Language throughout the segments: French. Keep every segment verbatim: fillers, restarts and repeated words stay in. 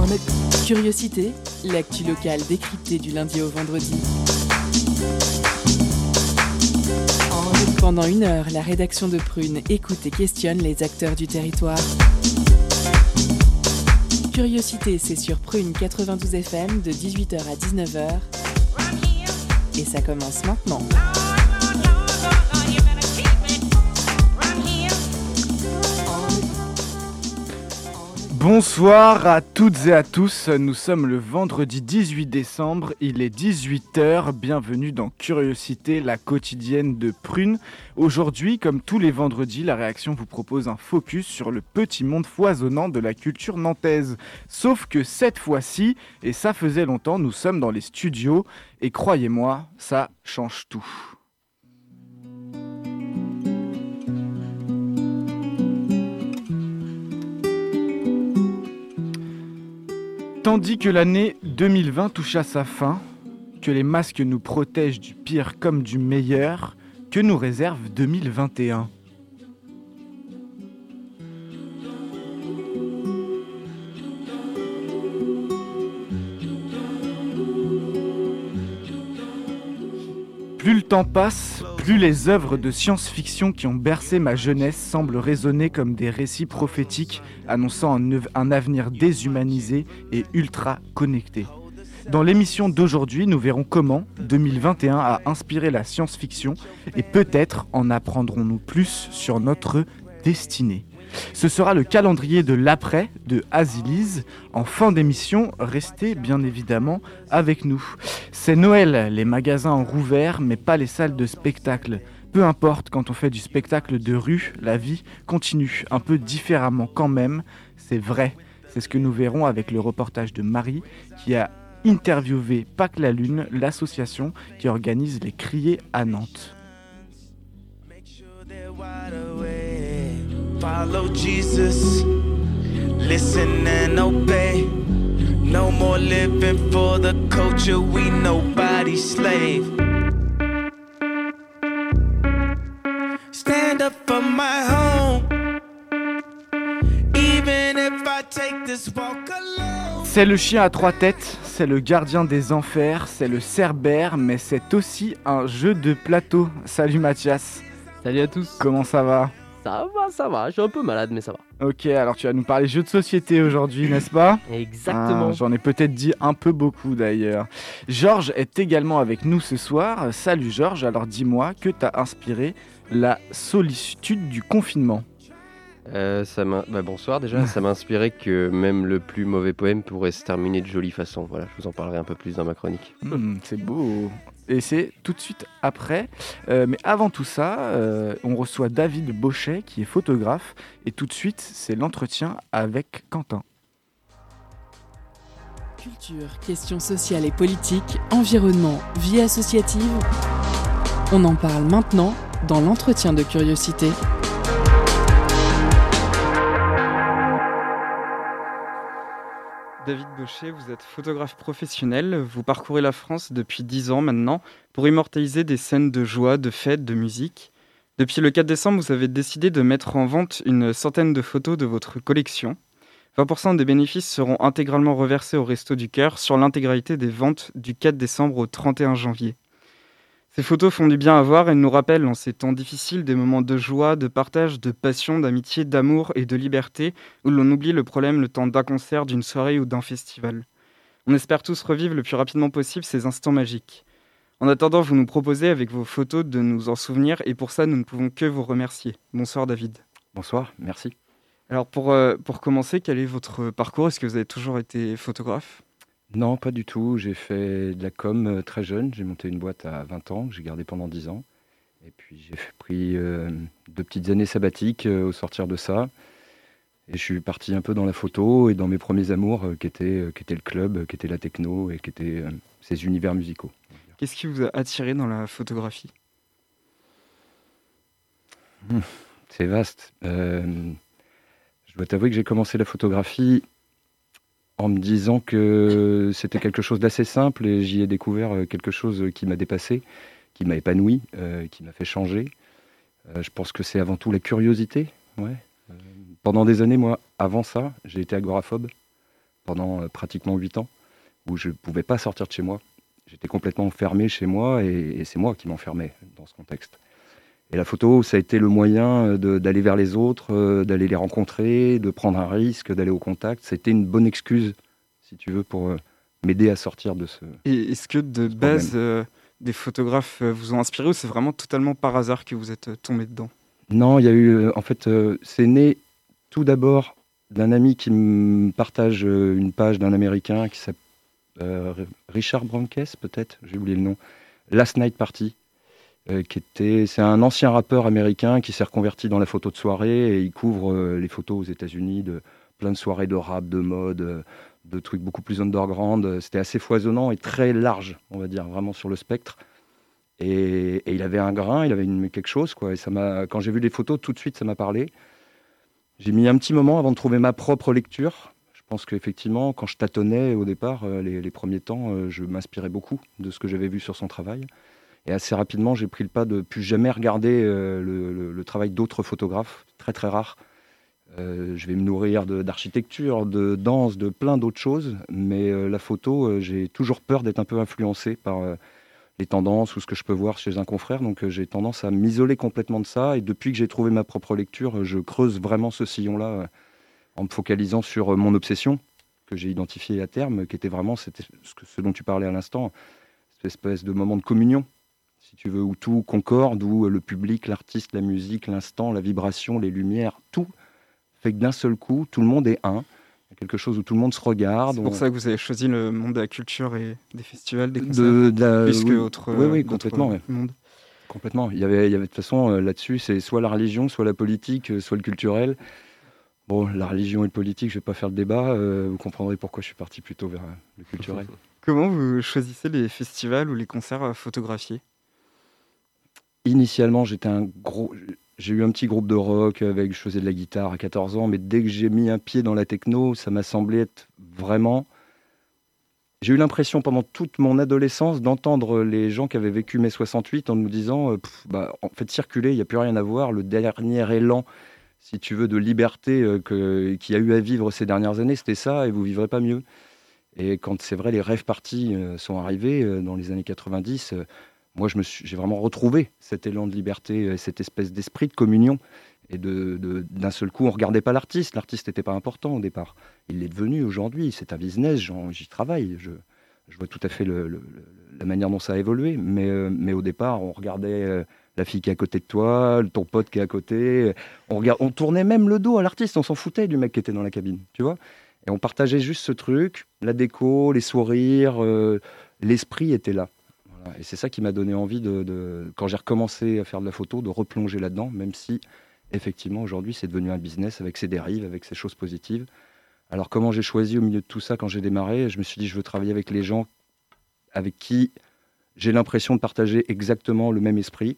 Curiosité, l'actu locale décryptée du lundi au vendredi. Pendant une heure, la rédaction de Prune écoute et questionne les acteurs du territoire. Curiosité, c'est sur Prune quatre-vingt-douze F M de dix-huit heures à dix-neuf heures. Et ça commence maintenant. Bonsoir à toutes et à tous, nous sommes le vendredi dix-huit décembre, il est dix-huit heures, bienvenue dans Curiosité, la quotidienne de Prune. Aujourd'hui, comme tous les vendredis, la réaction vous propose un focus sur le petit monde foisonnant de la culture nantaise. Sauf que cette fois-ci, et ça faisait longtemps, nous sommes dans les studios, et croyez-moi, ça change tout. Tandis que l'année deux mille vingt touche à sa fin, que les masques nous protègent du pire comme du meilleur, que nous réserve deux mille vingt et un ? Plus le temps passe, plus les œuvres de science-fiction qui ont bercé ma jeunesse semblent résonner comme des récits prophétiques annonçant un, un avenir déshumanisé et ultra connecté. Dans l'émission d'aujourd'hui, nous verrons comment deux mille vingt et un a inspiré la science-fiction et peut-être en apprendrons-nous plus sur notre destinée. Ce sera le calendrier de l'après de Aziliz. En fin d'émission, restez bien évidemment avec nous. C'est Noël, les magasins ont rouvert, mais pas les salles de spectacle. Peu importe, quand on fait du spectacle de rue, la vie continue, un peu différemment quand même, c'est vrai. C'est ce que nous verrons avec le reportage de Marie, qui a interviewé Pâques la Lune, l'association qui organise les criers à Nantes. Follow Jesus, listen and obey. No more living for the culture, we nobody's slave. Stand up for my home, even if I take this walk alone. C'est le chien à trois têtes, c'est le gardien des enfers, c'est le cerbère, mais c'est aussi un jeu de plateau. Salut Mathias. Salut à tous. Comment ça va ? Ça va, ça va. Je suis un peu malade, mais ça va. Ok, alors tu vas nous parler jeux de société aujourd'hui, n'est-ce pas ? Exactement. Ah, j'en ai peut-être dit un peu beaucoup d'ailleurs. Georges est également avec nous ce soir. Salut Georges, alors dis-moi, que t'a inspiré la solitude du confinement ? Euh, ça m'a... Bah, bonsoir déjà, ça m'a inspiré que même le plus mauvais poème pourrait se terminer de jolie façon. Voilà, je vous en parlerai un peu plus dans ma chronique. Mmh, c'est beau. Et c'est tout de suite après. Euh, mais avant tout ça, euh, on reçoit David Bochet qui est photographe. Et tout de suite, c'est l'entretien avec Quentin. Culture, questions sociales et politiques, environnement, vie associative. On en parle maintenant dans l'entretien de Curiosité. David Bochet, vous êtes photographe professionnel, vous parcourez la France depuis dix ans maintenant pour immortaliser des scènes de joie, de fêtes, de musique. Depuis le quatre décembre, vous avez décidé de mettre en vente une centaine de photos de votre collection. vingt pour cent des bénéfices seront intégralement reversés au Resto du Cœur sur l'intégralité des ventes du quatre décembre au trente et un janvier. Ces photos font du bien à voir et nous rappellent en ces temps difficiles des moments de joie, de partage, de passion, d'amitié, d'amour et de liberté où l'on oublie le problème le temps d'un concert, d'une soirée ou d'un festival. On espère tous revivre le plus rapidement possible ces instants magiques. En attendant, vous nous proposez avec vos photos de nous en souvenir et pour ça, nous ne pouvons que vous remercier. Bonsoir David. Bonsoir, merci. Alors pour, euh, pour commencer, quel est votre parcours ? Est-ce que vous avez toujours été photographe ? Non, pas du tout. J'ai fait de la com euh, très jeune. J'ai monté une boîte à vingt ans que j'ai gardée pendant dix ans. Et puis j'ai pris euh, deux petites années sabbatiques euh, au sortir de ça. Et je suis parti un peu dans la photo et dans mes premiers amours euh, qui, étaient, euh, qui étaient le club, euh, qui était la techno et qui étaient euh, ces univers musicaux. Qu'est-ce qui vous a attiré dans la photographie ? Mmh, c'est vaste. Euh, je dois t'avouer que j'ai commencé la photographie en me disant que c'était quelque chose d'assez simple et j'y ai découvert quelque chose qui m'a dépassé, qui m'a épanoui, euh, qui m'a fait changer. Euh, je pense que c'est avant tout la curiosité. Ouais. Euh, pendant des années, moi, avant ça, j'ai été agoraphobe. pendant euh, pratiquement huit ans, où je ne pouvais pas sortir de chez moi. J'étais complètement enfermé chez moi, et, et c'est moi qui m'enfermais dans ce contexte. Et la photo, ça a été le moyen de, d'aller vers les autres, euh, d'aller les rencontrer, de prendre un risque, d'aller au contact. C'était une bonne excuse, si tu veux, pour euh, m'aider à sortir de ce... Et est-ce que de ce base, euh, des photographes euh, vous ont inspiré, ou c'est vraiment totalement par hasard que vous êtes euh, tombé dedans? Non, il y a eu... euh, en fait, euh, c'est né tout d'abord d'un ami qui me partage euh, une page d'un Américain qui s'appelle euh, Richard Brankes, peut-être, j'ai oublié le nom, Last Night Party. Euh, qui était, c'est un ancien rappeur américain qui s'est reconverti dans la photo de soirée, et il couvre euh, les photos aux États-Unis de plein de soirées de rap, de mode, euh, de trucs beaucoup plus underground. C'était assez foisonnant et très large, on va dire, vraiment sur le spectre. Et, et il avait un grain, il avait une, quelque chose, quoi. Et ça m'a, quand j'ai vu les photos, tout de suite, ça m'a parlé. J'ai mis un petit moment avant de trouver ma propre lecture. Je pense qu'effectivement, quand je tâtonnais au départ, euh, les, les premiers temps, euh, je m'inspirais beaucoup de ce que j'avais vu sur son travail. Et assez rapidement, j'ai pris le pas de plus jamais regarder euh, le, le, le travail d'autres photographes, très très rare. Euh, je vais me nourrir de, d'architecture, de danse, de plein d'autres choses, mais euh, la photo, euh, j'ai toujours peur d'être un peu influencé par euh, les tendances ou ce que je peux voir chez un confrère, donc euh, j'ai tendance à m'isoler complètement de ça. Et depuis que j'ai trouvé ma propre lecture, je creuse vraiment ce sillon-là euh, en me focalisant sur euh, mon obsession que j'ai identifiée à terme, qui était vraiment c'était ce, que, ce dont tu parlais à l'instant, cette espèce de moment de communion, si tu veux, où tout concorde, où le public, l'artiste, la musique, l'instant, la vibration, les lumières, tout fait que d'un seul coup, tout le monde est un. Il y a quelque chose où tout le monde se regarde. C'est pour on... ça que vous avez choisi le monde de la culture et des festivals, des concerts, de, de la... plus oui. que autre, oui, oui, d'autres complètement. Ouais. mondes. Complètement. Il y avait, il y avait de toute façon, euh, là-dessus, c'est soit la religion, soit la politique, soit le culturel. Bon, la religion et le politique, je ne vais pas faire le débat. Euh, vous comprendrez pourquoi je suis parti plutôt vers euh, le culturel. Comment vous choisissez les festivals ou les concerts à photographier ? Initialement, j'étais un gros... J'ai eu un petit groupe de rock avec, je faisais de la guitare à quatorze ans, mais dès que j'ai mis un pied dans la techno, ça m'a semblé être vraiment... J'ai eu l'impression pendant toute mon adolescence d'entendre les gens qui avaient vécu mai soixante-huit en nous disant, pff, bah, en fait, circuler, il n'y a plus rien à voir, le dernier élan, si tu veux, de liberté euh, que, qu'il y a eu à vivre ces dernières années, c'était ça, et vous ne vivrez pas mieux. Et quand c'est vrai, les rave parties euh, sont arrivés euh, dans les années quatre-vingt-dix, euh, moi, je me suis, j'ai vraiment retrouvé cet élan de liberté, cette espèce d'esprit de communion. Et de, de, d'un seul coup, on ne regardait pas l'artiste. L'artiste n'était pas important au départ. Il l'est devenu aujourd'hui. C'est un business, j'y travaille. Je, je vois tout à fait le, le, la manière dont ça a évolué. Mais, euh, mais au départ, on regardait euh, la fille qui est à côté de toi, ton pote qui est à côté. On, regard, on tournait même le dos à l'artiste. On s'en foutait du mec qui était dans la cabine. Tu vois ? Et on partageait juste ce truc, la déco, les sourires. Euh, l'esprit était là. Et c'est ça qui m'a donné envie, de, de, quand j'ai recommencé à faire de la photo, de replonger là-dedans, même si, effectivement, aujourd'hui, c'est devenu un business avec ses dérives, avec ses choses positives. Alors, comment j'ai choisi au milieu de tout ça quand j'ai démarré ? Je me suis dit, je veux travailler avec les gens avec qui j'ai l'impression de partager exactement le même esprit,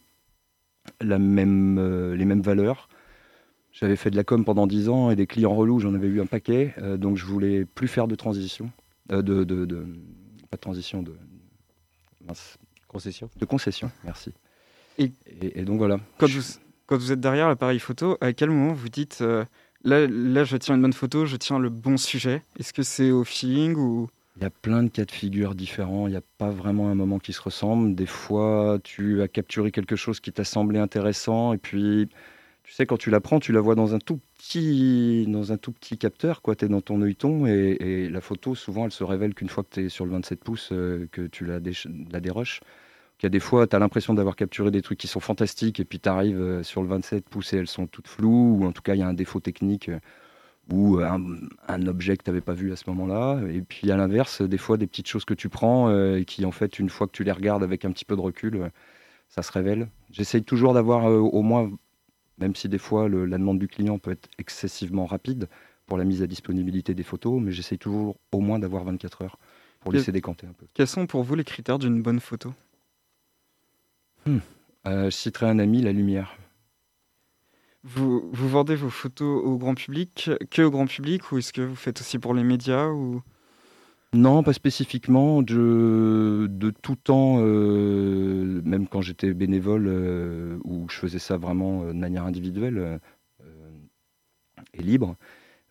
la même, euh, les mêmes valeurs. J'avais fait de la com pendant dix ans et des clients relous, j'en avais eu un paquet, euh, donc je voulais plus faire de transition, euh, de, de, de, pas de transition, de... Mince. Concession. De concession, merci. Et, et, et donc voilà. Quand vous, quand vous êtes derrière l'appareil photo, à quel moment vous dites euh, là, là, je tiens une bonne photo, je tiens le bon sujet ? Est-ce que c'est au feeling ou... Il y a plein de cas de figure différents. Il n'y a pas vraiment un moment qui se ressemble. Des fois, tu as capturé quelque chose qui t'a semblé intéressant et puis, tu sais, quand tu la prends, tu la vois dans un tout petit, dans un tout petit capteur, quoi. Tu es dans ton œilleton et, et la photo, souvent, elle se révèle qu'une fois que tu es sur le vingt-sept pouces, euh, que tu la, déch- la déroches. Il y a des fois, tu as l'impression d'avoir capturé des trucs qui sont fantastiques et puis tu arrives euh, sur le vingt-sept pouces et elles sont toutes floues, ou en tout cas, il y a un défaut technique euh, ou un, un objet que tu n'avais pas vu à ce moment-là. Et puis, à l'inverse, des fois, des petites choses que tu prends euh, et qui, en fait, une fois que tu les regardes avec un petit peu de recul, euh, ça se révèle. J'essaye toujours d'avoir euh, au moins... Même si des fois le, la demande du client peut être excessivement rapide pour la mise à disponibilité des photos, mais j'essaye toujours au moins d'avoir vingt-quatre heures pour laisser décanter un peu. Quels sont pour vous les critères d'une bonne photo ? hmm. euh, Je citerai un ami, la lumière. Vous, vous vendez vos photos au grand public, que au grand public, ou est-ce que vous faites aussi pour les médias ou... Non, pas spécifiquement. Je, de tout temps, euh, même quand j'étais bénévole, euh, où je faisais ça vraiment euh, de manière individuelle euh, et libre,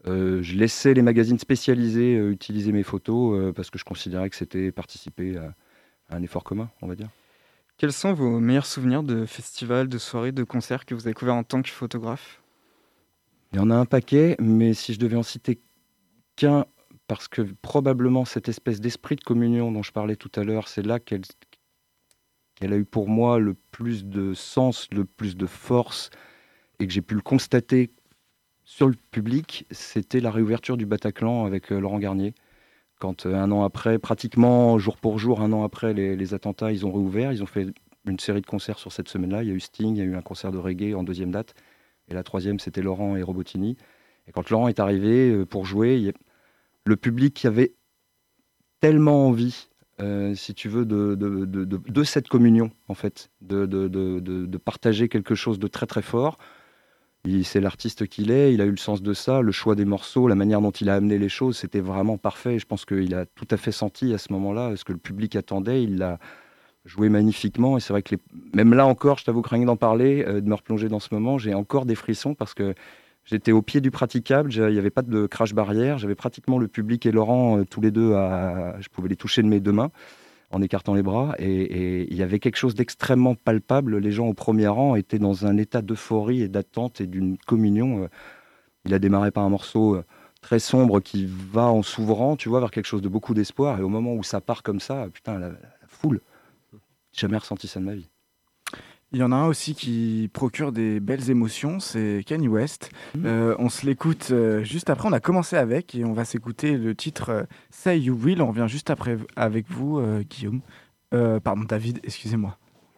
Euh, je laissais les magazines spécialisés euh, utiliser mes photos euh, parce que je considérais que c'était participer à, à un effort commun, on va dire. Quels sont vos meilleurs souvenirs de festivals, de soirées, de concerts que vous avez couverts en tant que photographe ? Il y en a un paquet, mais si je devais en citer qu'un, parce que probablement cette espèce d'esprit de communion dont je parlais tout à l'heure, c'est là qu'elle, qu'elle a eu pour moi le plus de sens, le plus de force, et que j'ai pu le constater sur le public, c'était la réouverture du Bataclan avec euh, Laurent Garnier. Quand euh, un an après, pratiquement jour pour jour, un an après les, les attentats, ils ont réouvert. Ils ont fait une série de concerts sur cette semaine-là. Il y a eu Sting, il y a eu un concert de reggae en deuxième date. Et la troisième, c'était Laurent et Robotini. Et quand Laurent est arrivé euh, pour jouer, il y a... le public avait tellement envie, euh, si tu veux, de, de, de, de, de cette communion, en fait, de, de, de, de, de partager quelque chose de très très fort. Il, c'est l'artiste qu'il est, il a eu le sens de ça, le choix des morceaux, la manière dont il a amené les choses, c'était vraiment parfait. Je pense qu'il a tout à fait senti à ce moment-là ce que le public attendait, il l'a joué magnifiquement. Et c'est vrai que les... même là encore, je t'avoue que rien que d'en parler, euh, de me replonger dans ce moment, j'ai encore des frissons parce que j'étais au pied du praticable, il n'y avait pas de crash barrière, j'avais pratiquement le public et Laurent, euh, tous les deux, à... je pouvais les toucher de mes deux mains en écartant les bras, et il y avait quelque chose d'extrêmement palpable. Les gens au premier rang étaient dans un état d'euphorie et d'attente et d'une communion. Il a démarré par un morceau très sombre qui va en s'ouvrant, tu vois, vers quelque chose de beaucoup d'espoir, et au moment où ça part comme ça, putain, la, la foule, j'ai jamais ressenti ça de ma vie. Il y en a un aussi qui procure des belles émotions, c'est Kanye West. Mmh. Euh, on se l'écoute euh, juste après, on a commencé avec, et on va s'écouter le titre euh, Say You Will. On revient juste après avec vous, euh, Guillaume. Euh, pardon, David, excusez-moi.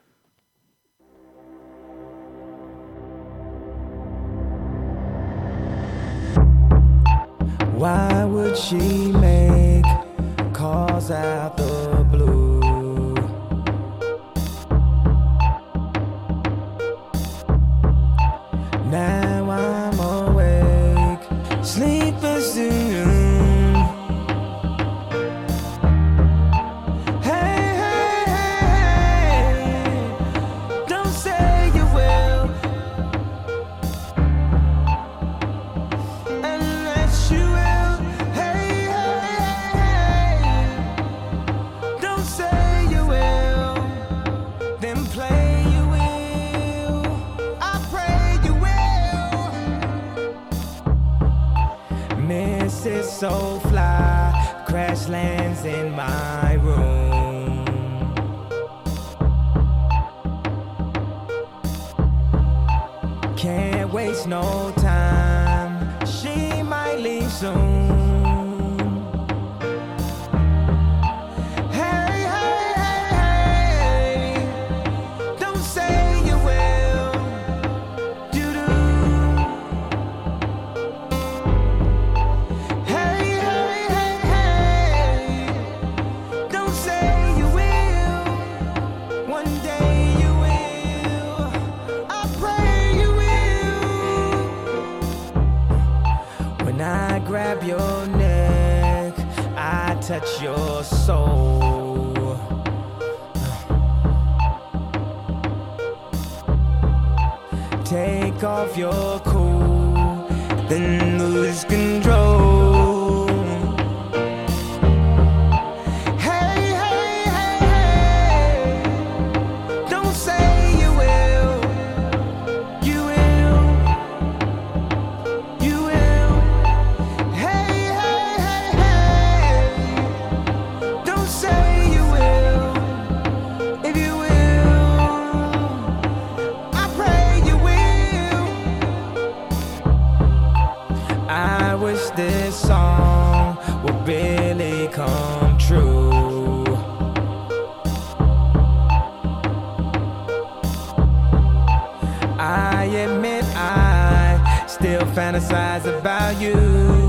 Why would she make calls out the blue? Now I'm awake, sleeping soon. Hey, hey, hey, hey, don't say you will, unless you will. Hey, hey, hey, don't say you will, then play you will. I pray you will. Missus So Fly crash lands in my room. Can't waste no time, she might leave soon. Hey, hey, hey, hey, don't say you will. Do-do. Hey, hey, hey, hey, don't say you will. One day you will. I pray you will. When I grab your neck, I touch your soul. Take off your cool, then lose control. Hey, hey, hey, hey, don't say you will. You will. You will. Hey, hey, hey, hey, don't say you will. If you will, I pray you will. I wish this song would really come true. I admit I still fantasize about you.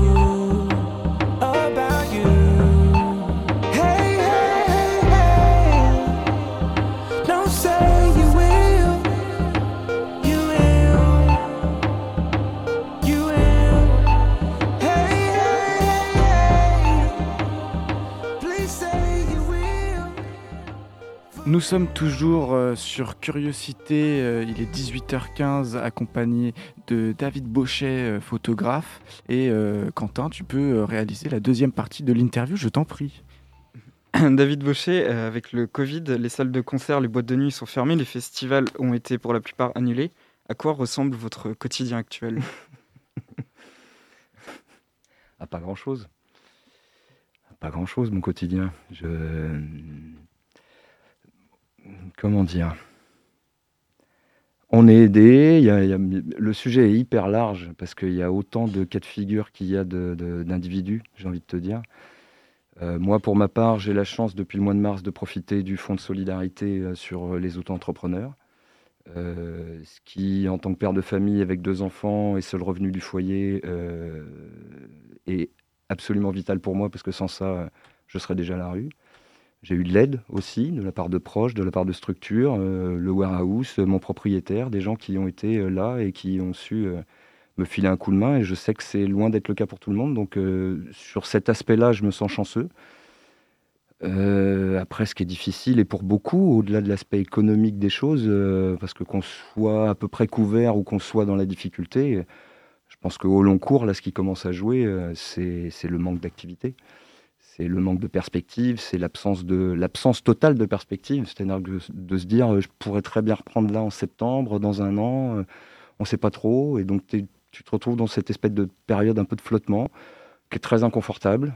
About you. Hey, hey, hey, hey, don't say you will. You will. You will. Hey, hey, hey, hey, please say you will. Nous sommes toujours euh, sur Curiosité, euh, il est dix-huit heures quinze, accompagné de David Bochet, euh, photographe. Et euh, Quentin, tu peux euh, réaliser la deuxième partie de l'interview, je t'en prie. David Bochet, euh, avec le Covid, les salles de concert, les boîtes de nuit sont fermées, les festivals ont été pour la plupart annulés. À quoi ressemble votre quotidien actuel ? Ah, pas grand-chose. Pas grand-chose, mon quotidien. Je... Comment dire ? On est aidé, il y a, il y a... le sujet est hyper large parce qu'il y a autant de cas de figure qu'il y a de, de, d'individus, j'ai envie de te dire. Euh, moi, pour ma part, j'ai la chance depuis le mois de mars de profiter du fonds de solidarité euh, sur les auto-entrepreneurs. Euh, ce qui, en tant que père de famille avec deux enfants et seul revenu du foyer, euh, est absolument vital pour moi parce que sans ça, je serais déjà à la rue. J'ai eu de l'aide aussi, de la part de proches, de la part de structures, euh, le warehouse, mon propriétaire, des gens qui ont été là et qui ont su euh, me filer un coup de main. Et je sais que c'est loin d'être le cas pour tout le monde. Donc euh, sur cet aspect-là, je me sens chanceux. Euh, après, ce qui est difficile, et pour beaucoup, au-delà de l'aspect économique des choses, euh, parce que qu'on soit à peu près couvert ou qu'on soit dans la difficulté, je pense qu'au long cours, là, ce qui commence à jouer, euh, c'est, c'est le manque d'activité. C'est le manque de perspective, c'est l'absence, de, l'absence totale de perspective. C'est-à-dire que de se dire, je pourrais très bien reprendre là en septembre, dans un an, euh, on ne sait pas trop. Et donc, tu te retrouves dans cette espèce de période un peu de flottement, qui est très inconfortable.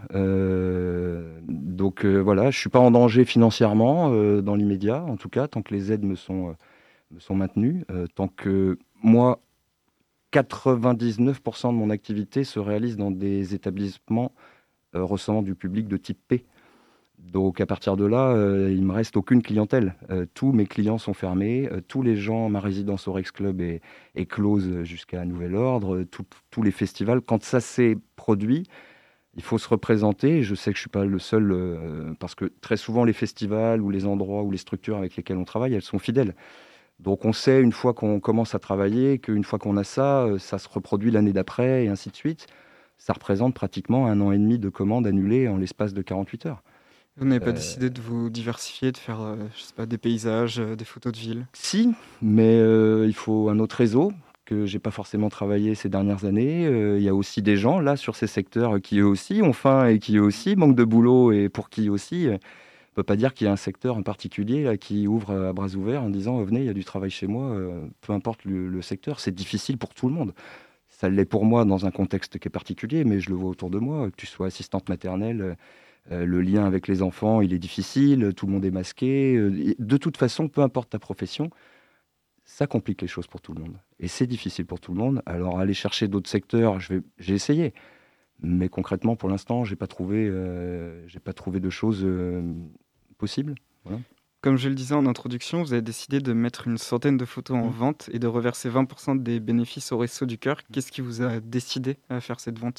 Euh, donc euh, voilà, je ne suis pas en danger financièrement, euh, dans l'immédiat, en tout cas, tant que les aides me sont, euh, me sont maintenues. Euh, tant que moi, quatre-vingt-dix-neuf pour cent de mon activité se réalise dans des établissements Euh, recevant du public de type P. Donc à partir de là, euh, il ne me reste aucune clientèle. Euh, tous mes clients sont fermés, euh, tous les gens, ma résidence au Rex Club est, est close jusqu'à nouvel ordre, tout, tous les festivals. Quand ça s'est produit, il faut se représenter. Je sais que je ne suis pas le seul, euh, parce que très souvent les festivals ou les endroits ou les structures avec lesquelles on travaille, elles sont fidèles. Donc on sait une fois qu'on commence à travailler, qu'une fois qu'on a ça, euh, ça se reproduit l'année d'après et ainsi de suite. Ça représente pratiquement un an et demi de commandes annulées en l'espace de quarante-huit heures. Vous n'avez pas euh... décidé de vous diversifier, de faire euh, je sais pas, des paysages, euh, des photos de ville ? Si, mais euh, il faut un autre réseau que je n'ai pas forcément travaillé ces dernières années. Euh, il y a aussi des gens là sur ces secteurs qui eux aussi ont faim et qui eux aussi manquent de boulot et pour qui aussi, euh, on ne peut pas dire qu'il y a un secteur en particulier là, qui ouvre à bras ouverts en disant oh, « venez, il y a du travail chez moi euh, », peu importe le, le secteur, c'est difficile pour tout le monde. Ça l'est pour moi dans un contexte qui est particulier, mais je le vois autour de moi, que tu sois assistante maternelle, euh, le lien avec les enfants, il est difficile, tout le monde est masqué. Euh, de toute façon, peu importe ta profession, ça complique les choses pour tout le monde. Et c'est difficile pour tout le monde. Alors, aller chercher d'autres secteurs, je vais, j'ai essayé. Mais concrètement, pour l'instant, je n'ai pas trouvé, euh, j'ai pas trouvé de choses euh, possibles. Voilà. Comme je le disais en introduction, vous avez décidé de mettre une centaine de photos en mmh. vente et de reverser vingt pour cent des bénéfices au Resto du Cœur. Qu'est-ce qui vous a décidé à faire cette vente ?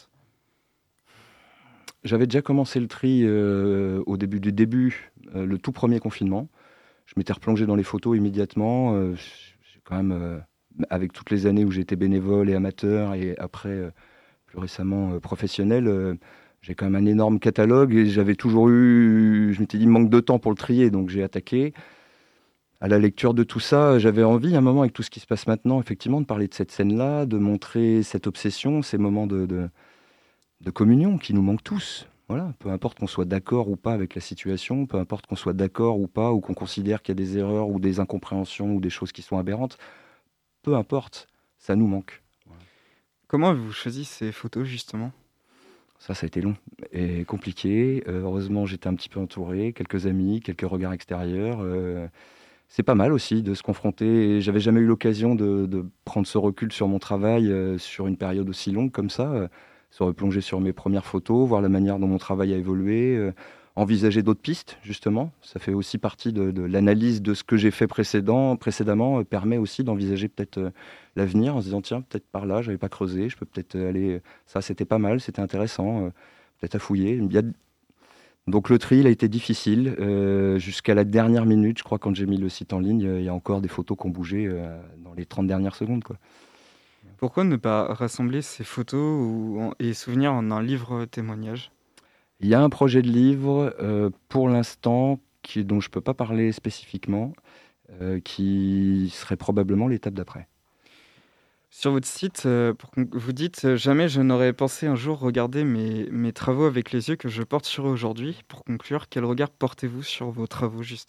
J'avais déjà commencé le tri euh, au début du début, euh, le tout premier confinement. Je m'étais replongé dans les photos immédiatement. Euh, j'ai quand même, euh, avec toutes les années où j'étais bénévole et amateur et après, euh, plus récemment, euh, professionnel, euh, j'ai quand même un énorme catalogue et j'avais toujours eu, je m'étais dit, manque de temps pour le trier, donc j'ai attaqué. À la lecture de tout ça, j'avais envie, à un moment, avec tout ce qui se passe maintenant, effectivement, de parler de cette scène-là, de montrer cette obsession, ces moments de, de, de communion qui nous manquent tous. Voilà, peu importe qu'on soit d'accord ou pas avec la situation, peu importe qu'on soit d'accord ou pas, ou qu'on considère qu'il y a des erreurs ou des incompréhensions ou des choses qui sont aberrantes, peu importe, ça nous manque. Voilà. Comment avez-vous choisi ces photos, justement ? Ça, ça a été long et compliqué. Euh, heureusement, j'étais un petit peu entouré, quelques amis, quelques regards extérieurs. Euh, c'est pas mal aussi de se confronter. J'avais jamais eu l'occasion de, de prendre ce recul sur mon travail euh, sur une période aussi longue comme ça. Euh, se replonger sur mes premières photos, voir la manière dont mon travail a évolué, euh, envisager d'autres pistes, justement. Ça fait aussi partie de, de l'analyse de ce que j'ai fait précédent, précédemment, euh, permet aussi d'envisager peut-être euh, l'avenir en se disant tiens, peut-être par là, j'avais pas creusé, je peux peut-être aller. Ça, c'était pas mal, c'était intéressant, euh, peut-être à fouiller. Il y a... Donc le tri, il a été difficile euh, jusqu'à la dernière minute. Je crois quand j'ai mis le site en ligne, euh, il y a encore des photos qui ont bougé euh, dans les trente dernières secondes, quoi. Pourquoi ne pas rassembler ces photos ou, en, et souvenirs en un livre témoignage ? Il y a un projet de livre. Euh, pour l'instant, qui, dont je ne peux pas parler spécifiquement, euh, qui serait probablement l'étape d'après. Sur votre site, euh, pour con- vous dites euh, « Jamais je n'aurais pensé un jour regarder mes, mes travaux avec les yeux que je porte sur eux aujourd'hui ». Pour conclure, quel regard portez-vous sur vos travaux, justement ?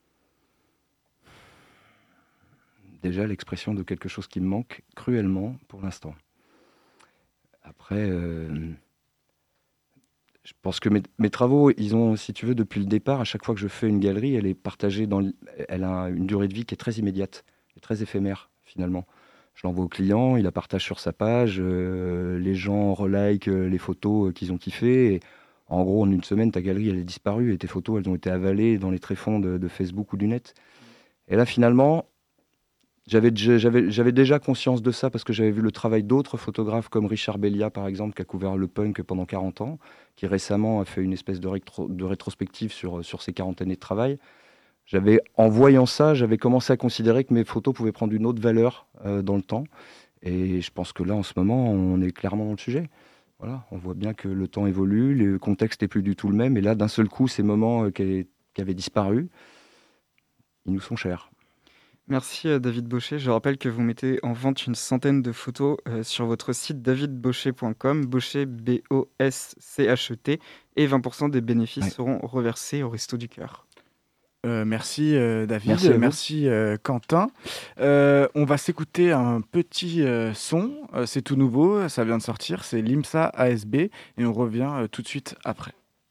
Déjà, l'expression de quelque chose qui me manque cruellement pour l'instant. Après, euh, je pense que mes, mes travaux, ils ont, si tu veux, depuis le départ, à chaque fois que je fais une galerie, elle est partagée, dans, l- elle a une durée de vie qui est très immédiate, et très éphémère, finalement. Je l'envoie au client, il la partage sur sa page, euh, les gens relikent euh, les photos euh, qu'ils ont kiffées. Et en gros, en une semaine, ta galerie, elle est disparue et tes photos, elles ont été avalées dans les tréfonds de, de Facebook ou du net. Et là, finalement, j'avais, déjà- j'avais, j'avais déjà conscience de ça parce que j'avais vu le travail d'autres photographes comme Richard Bellia, par exemple, qui a couvert le punk pendant quarante ans, qui récemment a fait une espèce de, rétro- de rétrospective sur, sur ses quarante années de travail. J'avais, en voyant ça, j'avais commencé à considérer que mes photos pouvaient prendre une autre valeur euh, dans le temps. Et je pense que là, en ce moment, on est clairement dans le sujet. Voilà, on voit bien que le temps évolue, le contexte n'est plus du tout le même. Et là, d'un seul coup, ces moments euh, qui, qui avaient disparu, ils nous sont chers. Merci euh, David Bochet. Je rappelle que vous mettez en vente une centaine de photos euh, sur votre site david bochet point com, Bochet B O S C H E T, et vingt pour cent des bénéfices Ouais. seront reversés au Resto du Cœur. Euh, merci euh, David, Merci à vous. merci euh, Quentin. Euh, on va s'écouter un petit euh, son, euh, c'est tout nouveau, ça vient de sortir, c'est l'IMSA A S B et on revient euh, tout de suite après.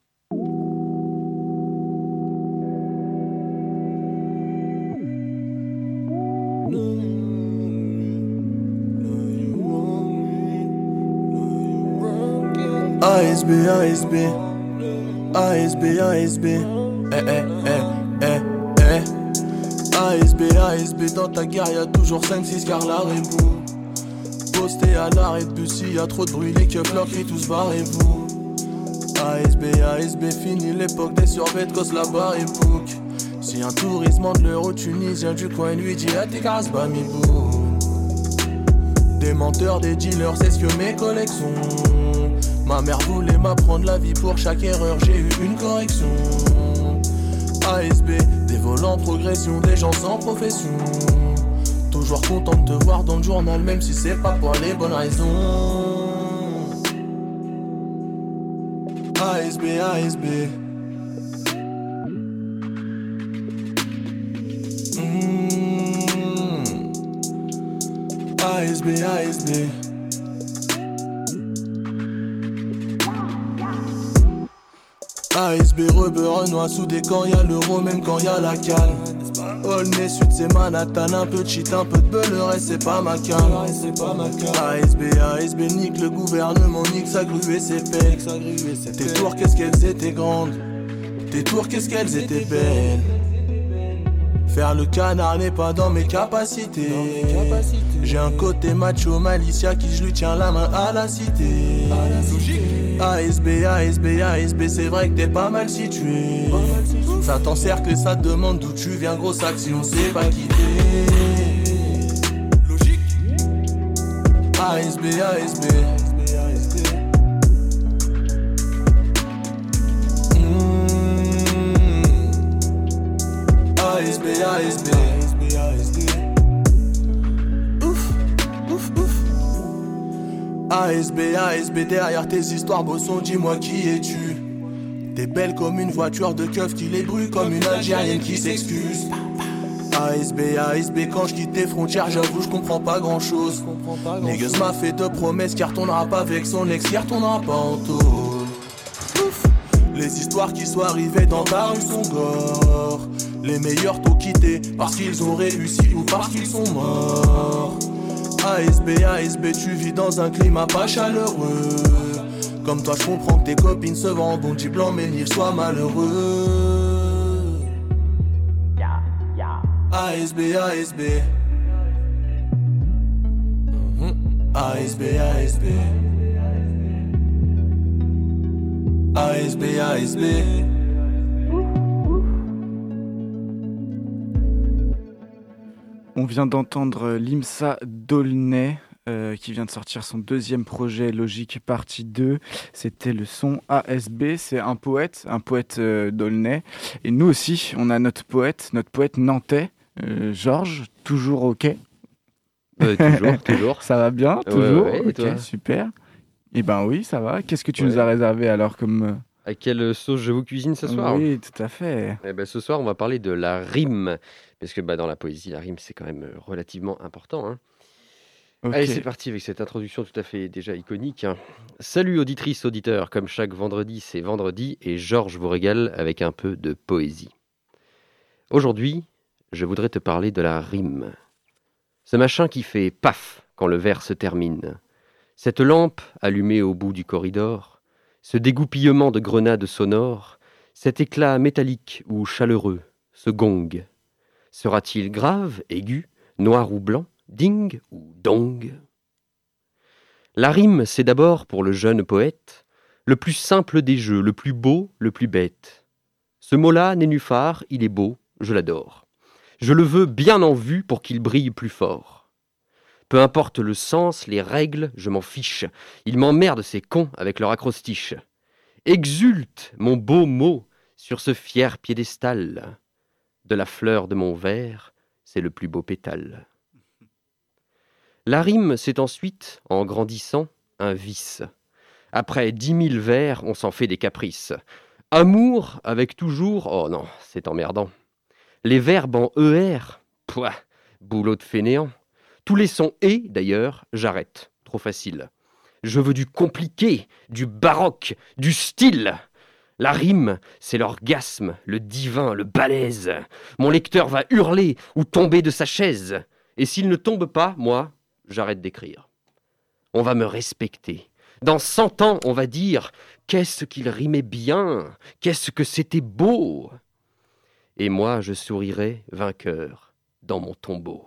A S B, A S B, A S B, A S B, eh eh eh eh eh. A S B, A S B, dans ta guerre y'a toujours cinq six car la rebou. Posté à l'arrêt de bus, y a trop de bruit, les keufs leur crient tous barrez-vous. A S B, A S B, fini l'époque des survêtes, cause la barre et bouc. Si un tourisme de l'euro tunisien du coin lui dit à tes casse bas mi bou. Des menteurs, des dealers, c'est ce que mes collègues sont. Ma mère voulait m'apprendre la vie, pour chaque erreur j'ai eu une correction. A S B, des vols en progression, des gens sans profession. Toujours content de te voir dans le journal, même si c'est pas pour les bonnes raisons. A S B, A S B. Mmh. A S B, A S B. A S B, Rebeu, Renoir, sous des camps, y'a l'euro, même quand y'a la calme. Aulnay, Sud, c'est Manhattan, un peu de shit, un peu de beurre, et c'est pas ma cam. A S B, A S B, nique le gouvernement, nique sa grue et ses pecs. Tes tours, qu'est-ce qu'elles étaient grandes. Tes tours, qu'est-ce qu'elles étaient belles. Faire le canard n'est pas dans mes capacités. J'ai un côté macho malicia qui je lui tiens la main à la cité. A S B, A S B, A S B, c'est vrai que t'es pas mal situé. Ça t'encercle et ça te demande d'où tu viens, grosse action, c'est pas quitter. Logique. A S B, A S B. A S B, A S B. Ouf, ouf, ouf. A S B, A S B, derrière tes histoires, bosson, dis-moi qui es-tu. T'es belle comme une voiture de keuf qui les brûle, comme une Algérienne qui s'excuse. A S B, A S B, quand je quitte tes frontières, j'avoue, je comprends pas grand chose. Négueuse m'a fait de promesses qui retournera pas avec son ex, qui retournera pas en tôle. Ouf. Les histoires qui sont arrivées dans ta rue sont gore. Les meilleurs t'ont quitté parce qu'ils ont réussi ou parce qu'ils sont morts. A S B, A S B, tu vis dans un climat pas chaleureux. Comme toi je comprends que tes copines se vendent, on dit blanc mais n'y sois malheureux. A S B, A S B. A S B, A S B. A S B, A S B. On vient d'entendre l'IMSA d'Aulnay euh, qui vient de sortir son deuxième projet, Logique partie deux. C'était le son A S B, c'est un poète, un poète euh, d'Aulnay. Et nous aussi, on a notre poète, notre poète nantais, euh, Georges, toujours OK. Euh, toujours, toujours. Ça va bien, toujours. Ouais, ouais, ok, toi super. Eh ben oui, ça va. Qu'est-ce que tu ouais. nous as réservé alors comme... À quelle sauce je vous cuisine ce soir? Oui, tout à fait. Eh ben, ce soir, on va parler de la rime. Parce que bah, dans la poésie, la rime, c'est quand même relativement important. Hein. Okay. Allez, c'est parti avec cette introduction tout à fait déjà iconique. Hein. Salut auditrices, auditeurs. Comme chaque vendredi, c'est vendredi et Georges vous régale avec un peu de poésie. Aujourd'hui, je voudrais te parler de la rime. Ce machin qui fait paf quand le vers se termine. Cette lampe allumée au bout du corridor. Ce dégoupillement de grenades sonores, cet éclat métallique ou chaleureux, ce gong. Sera-t-il grave, aigu, noir ou blanc, ding ou dong? La rime, c'est d'abord, pour le jeune poète, le plus simple des jeux, le plus beau, le plus bête. Ce mot-là, nénuphar, il est beau, je l'adore. Je le veux bien en vue pour qu'il brille plus fort. Peu importe le sens, les règles, je m'en fiche. Ils m'emmerdent ces cons avec leur acrostiche. Exulte, mon beau mot, sur ce fier piédestal. De la fleur de mon vers, c'est le plus beau pétale. La rime, c'est ensuite, en grandissant, un vice. Après dix mille vers, on s'en fait des caprices. Amour, avec toujours... Oh non, c'est emmerdant. Les verbes en E R, pouah, boulot de fainéant. Tous les sons « et », d'ailleurs, j'arrête. Trop facile. Je veux du compliqué, du baroque, du style. La rime, c'est l'orgasme, le divin, le balèze. Mon lecteur va hurler ou tomber de sa chaise. Et s'il ne tombe pas, moi, j'arrête d'écrire. On va me respecter. Dans cent ans, on va dire « Qu'est-ce qu'il rimait bien, qu'est-ce que c'était beau !» Et moi, je sourirai vainqueur dans mon tombeau.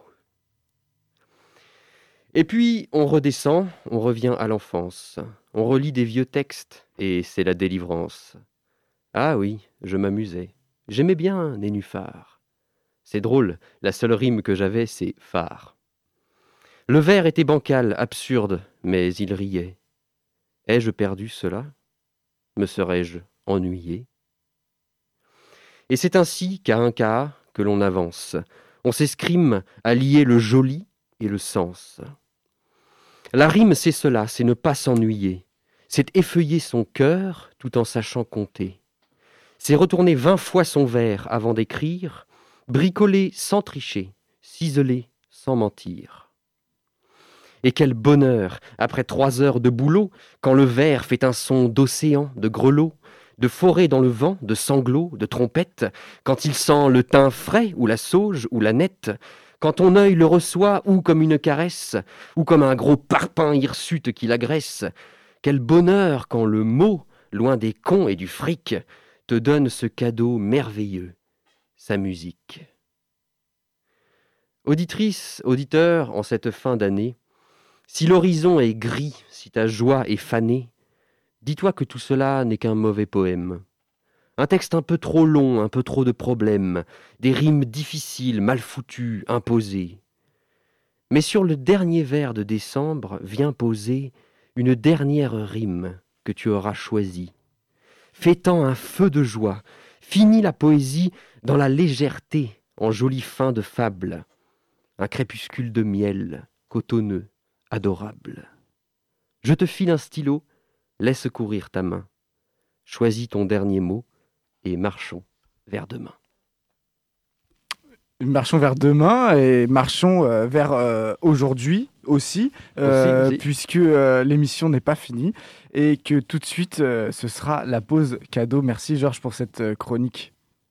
Et puis, on redescend, on revient à l'enfance. On relit des vieux textes, et c'est la délivrance. Ah oui, je m'amusais. J'aimais bien Nénuphar. C'est drôle, la seule rime que j'avais, c'est phare. Le vers était bancal, absurde, mais il riait. Ai-je perdu cela? Me serais-je ennuyé? Et c'est ainsi, qu'à un cas, que l'on avance. On s'escrime à lier le joli et le sens. La rime, c'est cela, c'est ne pas s'ennuyer. C'est effeuiller son cœur tout en sachant compter. C'est retourner vingt fois son vers avant d'écrire, bricoler sans tricher, ciseler sans mentir. Et quel bonheur, après trois heures de boulot, quand le vers fait un son d'océan, de grelot, de forêt dans le vent, de sanglots, de trompettes, quand il sent le thym frais ou la sauge ou la nette, quand ton œil le reçoit ou comme une caresse, ou comme un gros parpaing hirsute qui l'agresse. Quel bonheur quand le mot, loin des cons et du fric, te donne ce cadeau merveilleux, sa musique. Auditrice, auditeur, en cette fin d'année, si l'horizon est gris, si ta joie est fanée, dis-toi que tout cela n'est qu'un mauvais poème. Un texte un peu trop long, un peu trop de problèmes, des rimes difficiles, mal foutues, imposées. Mais sur le dernier vers de décembre vient poser une dernière rime que tu auras choisie. Fêtant un feu de joie, finis la poésie dans la légèreté, en jolie fin de fable. Un crépuscule de miel, cotonneux, adorable. Je te file un stylo, laisse courir ta main. Choisis ton dernier mot, et marchons vers demain. Marchons vers demain et marchons euh, vers euh, aujourd'hui aussi, euh, aussi, aussi. puisque euh, l'émission n'est pas finie et que tout de suite euh, ce sera la pause cadeau. Merci Georges pour cette euh, chronique.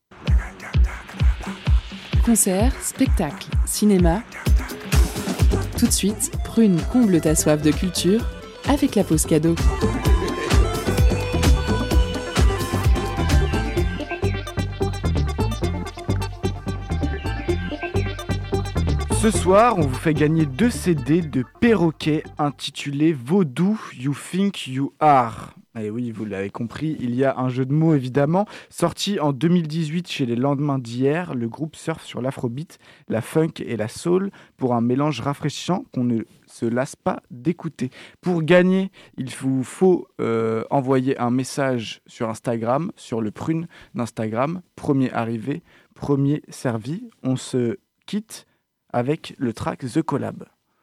Concert, spectacle, cinéma. Tout de suite, Prune comble ta soif de culture avec la pause cadeau. Ce soir, on vous fait gagner deux C D de Perroquet intitulés Vaudou You Think You Are. Et oui, vous l'avez compris, il y a un jeu de mots évidemment. Sorti en deux mille dix-huit chez les Lendemains d'hier, le groupe surfe sur l'afrobeat, la funk et la soul pour un mélange rafraîchissant qu'on ne se lasse pas d'écouter. Pour gagner, il vous faut euh, envoyer un message sur Instagram, sur le prune d'Instagram. Premier arrivé, premier servi. On se quitte avec le track The Collab.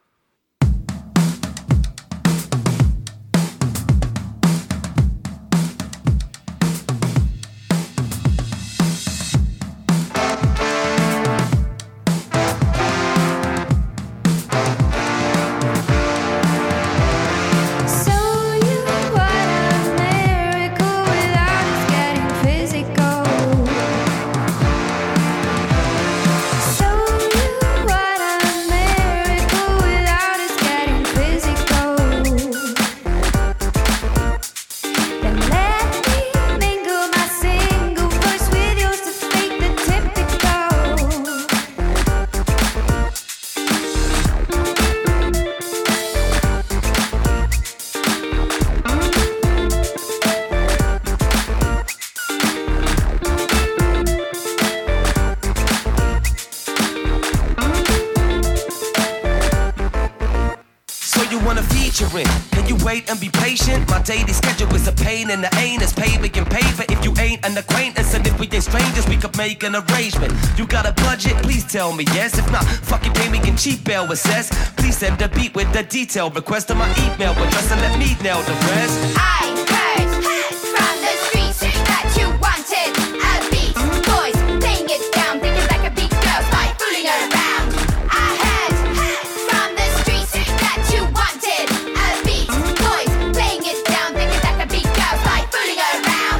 Can you wait and be patient? My daily schedule is a pain in the anus. Pay me and pay for if you ain't an acquaintance. And if we ain't strangers, we could make an arrangement. You got a budget? Please tell me yes. If not, fucking pay me in cheap bail assess. Please send a beat with the detail request to my email address and let me nail the rest. I heard from the streets that you wanted a beat. Boys, playing it down, thinking like a big girl, start fooling around. I heard from the streets that you wanted a beat. Boys, playing it down, thinking like a big girl, start fooling around.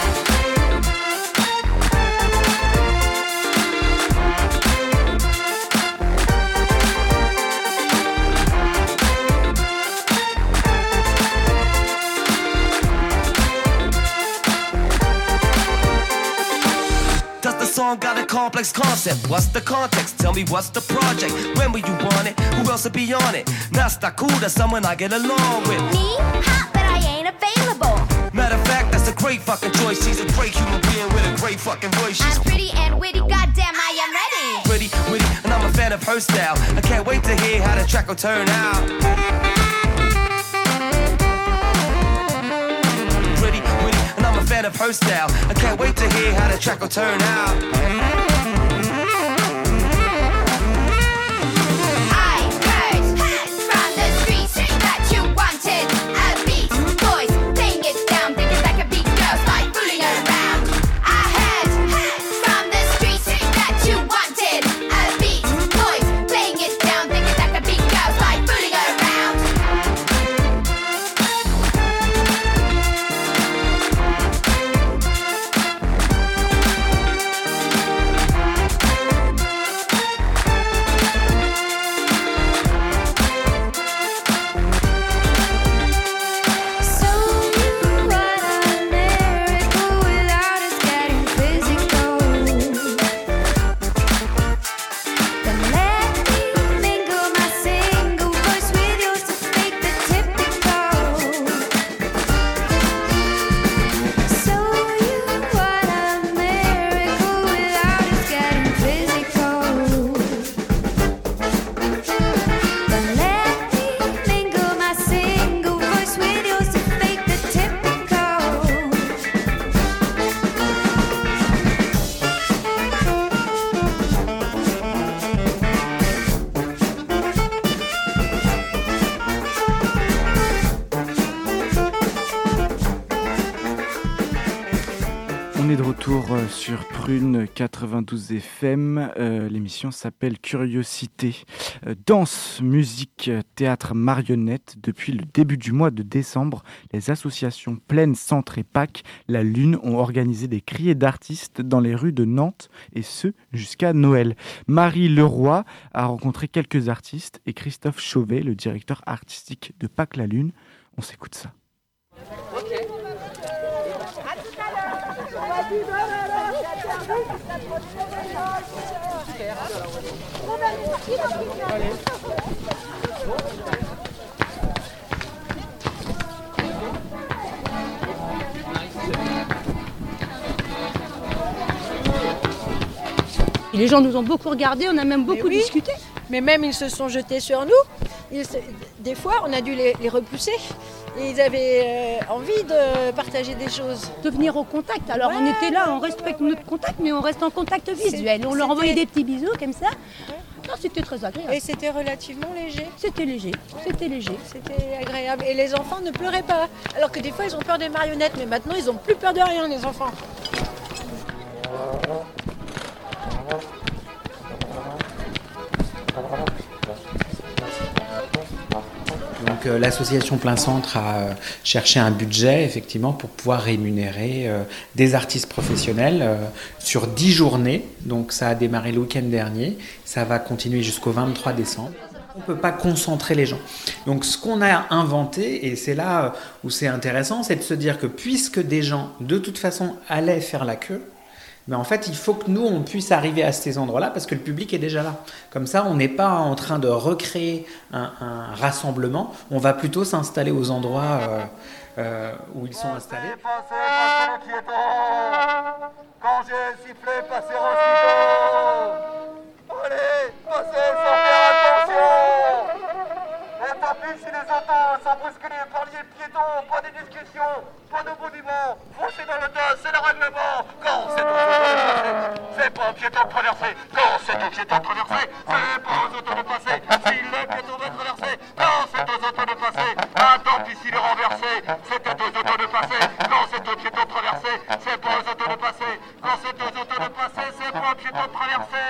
Song got a complex concept. What's the context? Tell me what's the project? When will you want it? Who else will be on it? Nasta Kuda, someone I get along with. Me? Hot, but I ain't available. Matter of fact, that's a great fucking choice. She's a great human being with a great fucking voice. She's I'm pretty and witty, goddamn, I am ready. Pretty, witty, and I'm a fan of her style. I can't wait to hear how the track will turn out. Pretty, witty, and I'm a fan of her style. I can't wait to hear how the track will turn out. On est de retour sur Prune quatre-vingt-douze F M. Euh, l'émission s'appelle Curiosité. Euh, danse, musique, théâtre, marionnette. Depuis le début du mois de décembre, les associations Plaine, Centre et Pâques, La Lune, ont organisé des criées d'artistes dans les rues de Nantes, et ce jusqu'à Noël. Marie Leroy a rencontré quelques artistes et Christophe Chauvet, le directeur artistique de Pâques La Lune. On s'écoute ça. Okay. Puis les gens nous ont beaucoup regardés, on a même beaucoup oui, discuté. Mais même ils se sont jetés sur nous. Ils se... Des fois, on a dû les, les repousser. Et ils avaient euh, envie de partager des choses. De venir au contact. Alors ouais, on était là, on respecte notre contact, mais on reste en contact visuel. On leur envoyait des petits bisous comme ça. Non, c'était très agréable. Et c'était relativement léger. C'était léger, c'était léger. C'était agréable. Et les enfants ne pleuraient pas. Alors que des fois, ils ont peur des marionnettes. Mais maintenant, ils n'ont plus peur de rien, les enfants. Donc euh, l'association Plein Centre a euh, cherché un budget effectivement pour pouvoir rémunérer euh, des artistes professionnels euh, sur dix journées. Donc ça a démarré le week-end dernier, ça va continuer jusqu'au vingt-trois décembre. On ne peut pas concentrer les gens. Donc ce qu'on a inventé, et c'est là où c'est intéressant, c'est de se dire que puisque des gens de toute façon allaient faire la queue, mais en fait, il faut que nous, on puisse arriver à ces endroits-là parce que le public est déjà là. Comme ça, on n'est pas en train de recréer un, un rassemblement. On va plutôt s'installer aux endroits euh, euh, où ils sont installés. Quand j'ai sifflé, passez aussitôt. Allez, passez sans faire attention. Et tant pis si les autos sont bousculés par les piétons, pas de discussion, pas de monument, foncez dans le tas, c'est le règlement. Quand c'est aux autos de passer, c'est pas aux piétons de traverser. Quand c'est aux piétons de traverser, c'est pas aux autos de passer. Si les piétons veulent traverser, quand c'est aux autos de passer. Ah, tant pis s'il est renversé, c'était aux autos de passer. Quand c'est aux piétons de traverser, c'est pas aux autos de passer. Quand c'est aux autos de passer, c'est pas aux piétons de traverser.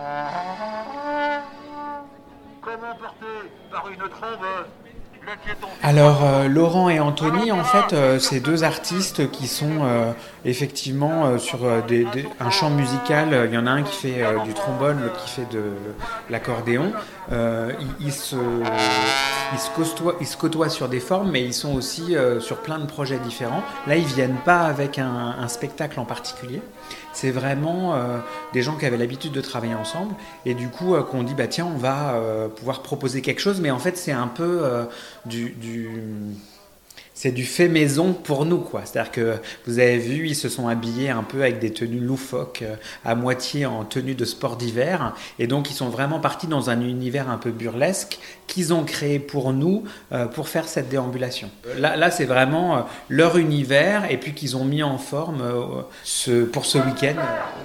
Comment porter par une trombe le piéton? Alors euh, Laurent et Anthony, en fait, euh, c'est deux artistes qui sont euh, effectivement euh, sur euh, des, des, un champ musical. Il y en a un qui fait euh, du trombone, l'autre qui fait de l'accordéon. Euh, ils, ils, se, ils, se côtoient, ils se côtoient sur des formes, mais ils sont aussi euh, sur plein de projets différents. Là, ils viennent pas avec un, un spectacle en particulier. C'est vraiment euh, des gens qui avaient l'habitude de travailler ensemble et du coup euh, qu'on dit bah tiens on va euh, pouvoir proposer quelque chose, mais en fait c'est un peu euh, du, du c'est du fait maison pour nous quoi. C'est-à-dire que vous avez vu, ils se sont habillés un peu avec des tenues loufoques, euh, à moitié en tenue de sport d'hiver, et donc ils sont vraiment partis dans un univers un peu burlesque qu'ils ont créé pour nous, euh, pour faire cette déambulation. Là, là c'est vraiment euh, leur univers, et puis qu'ils ont mis en forme euh, ce, pour ce week-end.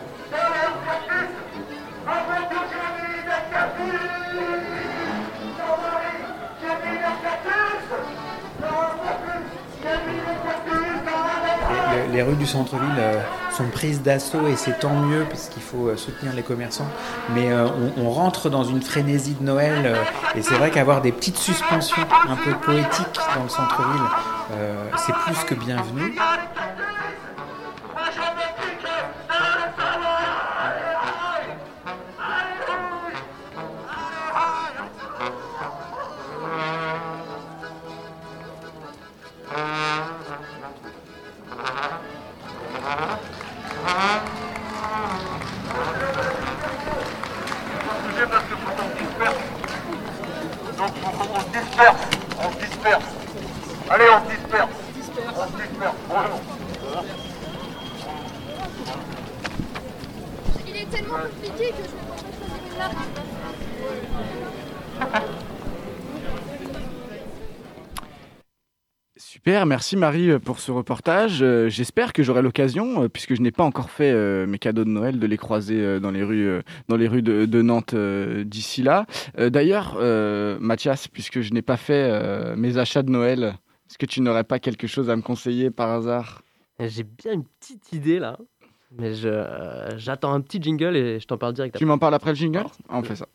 Les rues du centre-ville euh, sont prises d'assaut et c'est tant mieux parce qu'il faut euh, soutenir les commerçants. Mais euh, on, on rentre dans une frénésie de Noël euh, et c'est vrai qu'avoir des petites suspensions un peu poétiques dans le centre-ville, euh, c'est plus que bienvenu. Allez, on se disperse. On se disperse. Bonjour. Il est tellement compliqué que je ne peux pas choisir une marque. Super, merci Marie pour ce reportage. Euh, j'espère que j'aurai l'occasion, euh, puisque je n'ai pas encore fait euh, mes cadeaux de Noël, de les croiser euh, dans les rues, euh, dans les rues de, de Nantes euh, d'ici là. Euh, d'ailleurs, euh, Mathias, puisque je n'ai pas fait euh, mes achats de Noël, est-ce que tu n'aurais pas quelque chose à me conseiller par hasard ? J'ai bien une petite idée là, mais je, euh, j'attends un petit jingle et je t'en parle direct après. Tu m'en parles après le jingle ? Ah, on fait ça.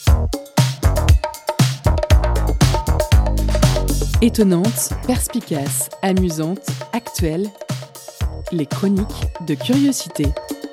Étonnante, perspicace, amusante, actuelle, les chroniques de curiosité.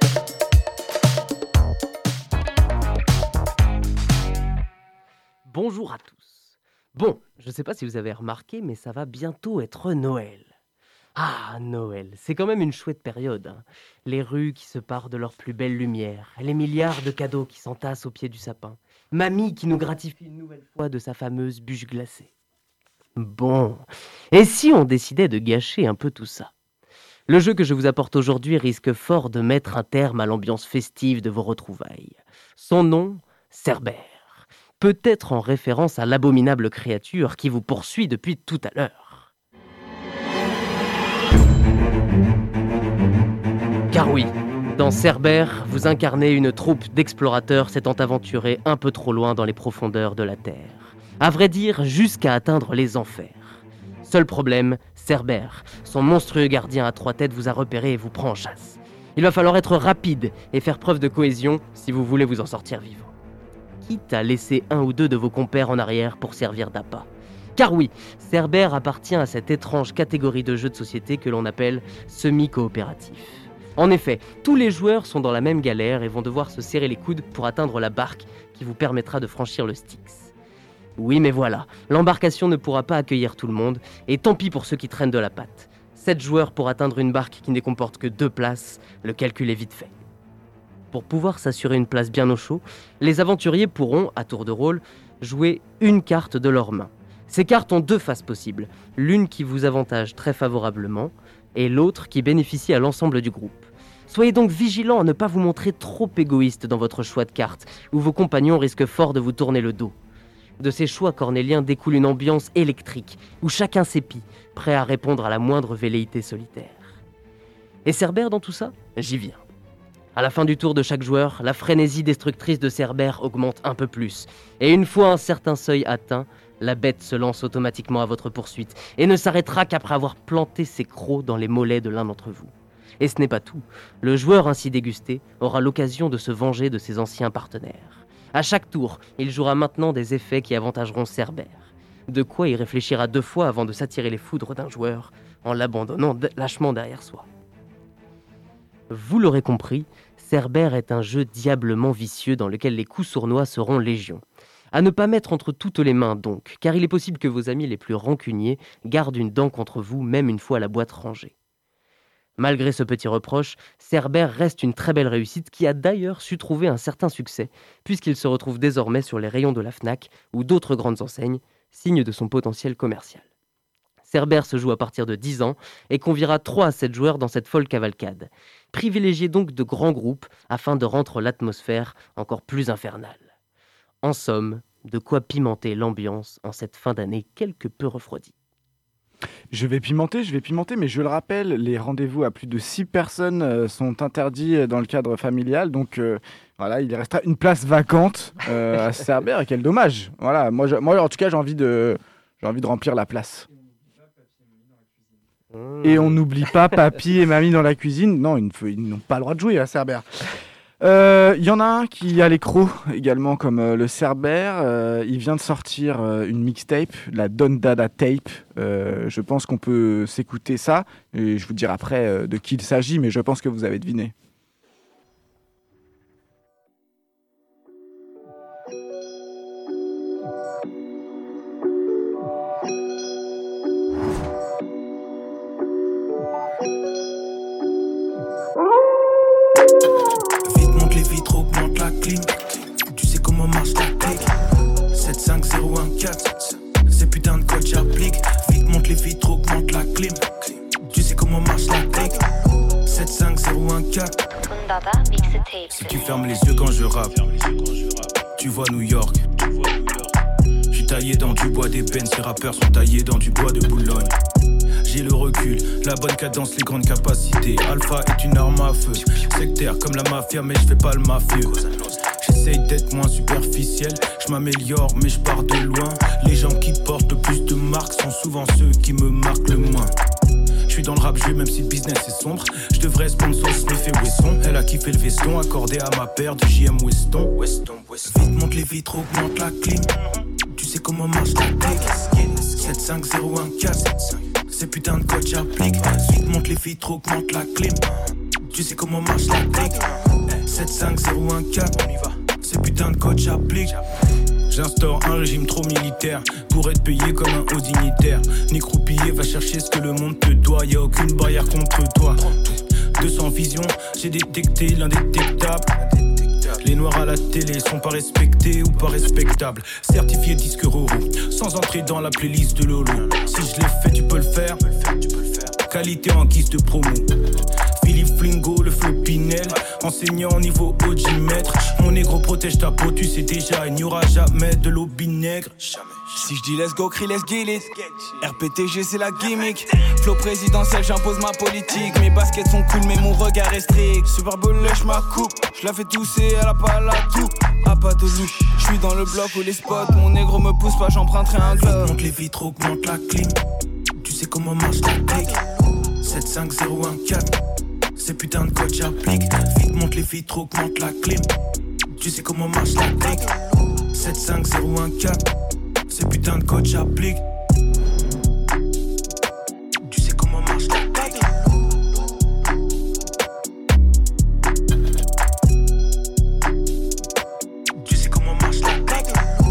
Bonjour à tous. Bon, je ne sais pas si vous avez remarqué, mais ça va bientôt être Noël. Ah, Noël, c'est quand même une chouette période. Hein. Les rues qui se parent de leur plus belle lumière, les milliards de cadeaux qui s'entassent au pied du sapin, mamie qui nous gratifie une nouvelle fois de sa fameuse bûche glacée. Bon, et si on décidait de gâcher un peu tout ça ? Le jeu que je vous apporte aujourd'hui risque fort de mettre un terme à l'ambiance festive de vos retrouvailles. Son nom, Cerbère. Peut-être en référence à l'abominable créature qui vous poursuit depuis tout à l'heure. Car oui, dans Cerbère, vous incarnez une troupe d'explorateurs s'étant aventurés un peu trop loin dans les profondeurs de la Terre. À vrai dire, jusqu'à atteindre les enfers. Seul problème, Cerbère, son monstrueux gardien à trois têtes vous a repéré et vous prend en chasse. Il va falloir être rapide et faire preuve de cohésion si vous voulez vous en sortir vivant. Quitte à laisser un ou deux de vos compères en arrière pour servir d'appât. Car oui, Cerbère appartient à cette étrange catégorie de jeux de société que l'on appelle semi-coopératif. En effet, tous les joueurs sont dans la même galère et vont devoir se serrer les coudes pour atteindre la barque qui vous permettra de franchir le Styx. Oui, mais voilà, l'embarcation ne pourra pas accueillir tout le monde, et tant pis pour ceux qui traînent de la patte. Sept joueurs pour atteindre une barque qui ne comporte que deux places, le calcul est vite fait. Pour pouvoir s'assurer une place bien au chaud, les aventuriers pourront, à tour de rôle, jouer une carte de leur main. Ces cartes ont deux faces possibles, l'une qui vous avantage très favorablement, et l'autre qui bénéficie à l'ensemble du groupe. Soyez donc vigilants à ne pas vous montrer trop égoïste dans votre choix de cartes, où vos compagnons risquent fort de vous tourner le dos. De ces choix cornéliens découle une ambiance électrique, où chacun s'épie, prêt à répondre à la moindre velléité solitaire. Et Cerbère dans tout ça ? J'y viens. À la fin du tour de chaque joueur, la frénésie destructrice de Cerbère augmente un peu plus, et une fois un certain seuil atteint, la bête se lance automatiquement à votre poursuite, et ne s'arrêtera qu'après avoir planté ses crocs dans les mollets de l'un d'entre vous. Et ce n'est pas tout, le joueur ainsi dégusté aura l'occasion de se venger de ses anciens partenaires. À chaque tour, il jouera maintenant des effets qui avantageront Cerbère. De quoi y réfléchir à deux fois avant de s'attirer les foudres d'un joueur en l'abandonnant d- lâchement derrière soi. Vous l'aurez compris, Cerbère est un jeu diablement vicieux dans lequel les coups sournois seront légion. À ne pas mettre entre toutes les mains donc, car il est possible que vos amis les plus rancuniers gardent une dent contre vous même une fois la boîte rangée. Malgré ce petit reproche, Cerbère reste une très belle réussite qui a d'ailleurs su trouver un certain succès, puisqu'il se retrouve désormais sur les rayons de la Fnac ou d'autres grandes enseignes, signe de son potentiel commercial. Cerbère se joue à partir de dix ans et conviera trois à sept joueurs dans cette folle cavalcade. Privilégiez donc de grands groupes afin de rendre l'atmosphère encore plus infernale. En somme, de quoi pimenter l'ambiance en cette fin d'année quelque peu refroidie. Je vais pimenter, je vais pimenter, mais je le rappelle, les rendez-vous à plus de six personnes euh, sont interdits dans le cadre familial, donc euh, voilà, il restera une place vacante euh, à Cerbère, et quel dommage. Voilà, moi, je, moi en tout cas, j'ai envie de, j'ai envie de remplir la place. Et on n'oublie pas papy et mamie dans la cuisine. Non, ils, ils n'ont pas le droit de jouer à Cerbère. Il euh, y en a un qui a l'écro également comme euh, le Cerbère. Euh, il vient de sortir euh, une mixtape, la Don Dada Tape. Euh, je pense qu'on peut s'écouter ça. Et je vous dirai après euh, de qui il s'agit, mais je pense que vous avez deviné. Tu sais comment marche la clique. Sept cinq zéro un quatre. C'est putain de code j'applique. Vite monte les vitres, augmente la clim. Tu sais comment marche la clique. Sept cinq zéro un quatre. Si tu fermes les yeux quand je rappe, tu vois New York. J'suis taillé dans du bois d'ébène. Ces rappeurs sont taillés dans du bois de Boulogne. J'ai le recul, la bonne cadence, les grandes capacités. Alpha est une arme à feu. Sectaire comme la mafia, mais je fais pas le mafieux. J'essaye d'être moins superficiel. Je m'améliore, mais je pars de loin. Les gens qui portent le plus de marques sont souvent ceux qui me marquent le moins. Je suis dans le rap jeu, même si le business est sombre. Je devrais sponsor Smith et Wesson. Elle a kiffé le veston, accordé à ma paire de J M Weston. Weston, Weston. Vite monte les vitres, augmente la clim. Tu sais comment marche la clique. sept cinq zéro un quatre. C'est putain de code j'applique. Vite monte les vitres, augmente la clim. Tu sais comment marche la clique. sept cinq zéro un quatre. On y va. C'est putain de code j'applique. J'instaure un régime trop militaire pour être payé comme un haut dignitaire. Ni croupillé, va chercher ce que le monde te doit. Y'a aucune barrière contre toi. deux cents visions, j'ai détecté l'indétectable. Les noirs à la télé sont pas respectés ou pas respectables. Certifié disque Roro, sans entrer dans la playlist de Lolo. Si je l'ai fait, tu peux le faire. qualité en guise de promo. Philippe Flingo, le flow Pinel, enseignant niveau O G maître. Mon négro protège ta peau, tu sais déjà, il n'y aura jamais de l'eau vinaigre. Jamais. Si je dis let's go, crie let's get it. R P T G c'est la gimmick. Flow présidentiel, j'impose ma politique. Mes baskets sont cool, mais mon regard est strict. Super Bowl, lèche ma coupe. Je la fais tousser, elle a pas la tout. Ah, pas de loup. Je suis dans le bloc où les spots. Mon négro me pousse pas, j'emprunterai un globe. Monte les vitres, augmente la clim. Tu sais comment marche la clique. sept cinq zéro un quatre. Ces putains de codes j'applique. Vite monte les vitres, augmente la clim. Tu sais comment marche la clique. sept cinq zéro un quatre. Ces putains de codes j'applique. Tu sais comment marche la clique. Tu sais comment marche la clique.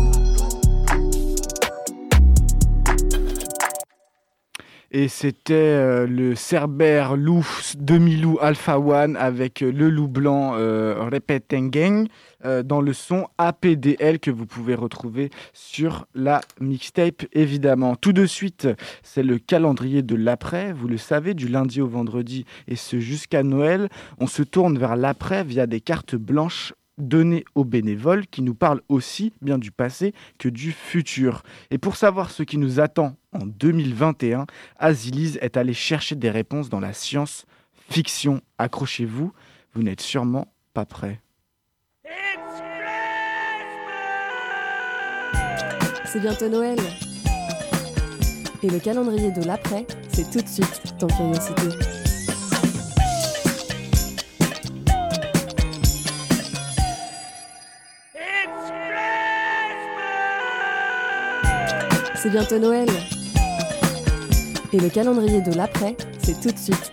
Et c'était euh, le Cerbère Loup demi-loup Alpha One avec euh, le loup blanc euh, Repetengang euh, dans le son A P D L que vous pouvez retrouver sur la mixtape évidemment. Tout de suite, c'est le calendrier de l'après. Vous le savez, du lundi au vendredi et ce jusqu'à Noël, on se tourne vers l'après via des cartes blanches données aux bénévoles qui nous parlent aussi bien du passé que du futur. Et pour savoir ce qui nous attend en deux mille vingt et un, Azilise est allée chercher des réponses dans la science-fiction. Accrochez-vous, vous n'êtes sûrement pas prêts. C'est bientôt Noël. Et le calendrier de l'après, c'est tout de suite dans Curiosité. C'est bientôt Noël. Et le calendrier de l'après, c'est tout de suite.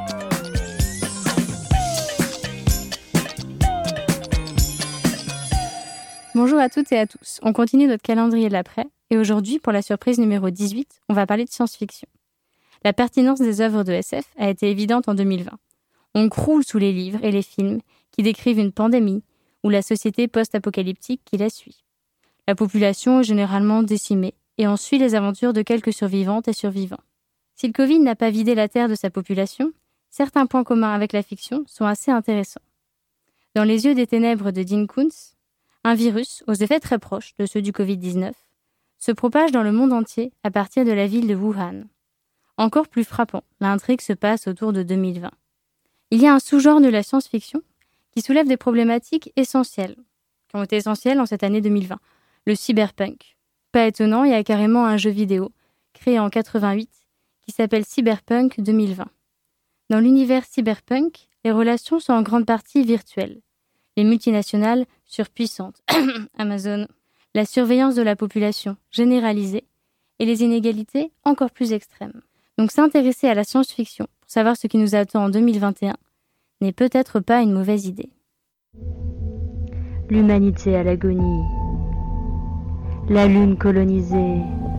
Bonjour à toutes et à tous. On continue notre calendrier de l'après. Et aujourd'hui, pour la surprise numéro dix-huit, on va parler de science-fiction. La pertinence des œuvres de S F a été évidente en deux mille vingt. On croule sous les livres et les films qui décrivent une pandémie ou la société post-apocalyptique qui la suit. La population est généralement décimée et on suit les aventures de quelques survivantes et survivants. Si le Covid n'a pas vidé la Terre de sa population, certains points communs avec la fiction sont assez intéressants. Dans Les yeux des ténèbres de Dean Koontz, un virus, aux effets très proches de ceux du covid dix-neuf, se propage dans le monde entier à partir de la ville de Wuhan. Encore plus frappant, l'intrigue se passe autour de deux mille vingt. Il y a un sous-genre de la science-fiction qui soulève des problématiques essentielles, qui ont été essentielles en cette année deux mille vingt, le cyberpunk. Pas étonnant, il y a carrément un jeu vidéo, créé en quatre-vingt-huit, qui s'appelle Cyberpunk deux mille vingt. Dans l'univers cyberpunk, les relations sont en grande partie virtuelles. Les multinationales surpuissantes, Amazon, la surveillance de la population généralisée et les inégalités encore plus extrêmes. Donc s'intéresser à la science-fiction pour savoir ce qui nous attend en deux mille vingt et un n'est peut-être pas une mauvaise idée. L'humanité à l'agonie. La lune colonisée.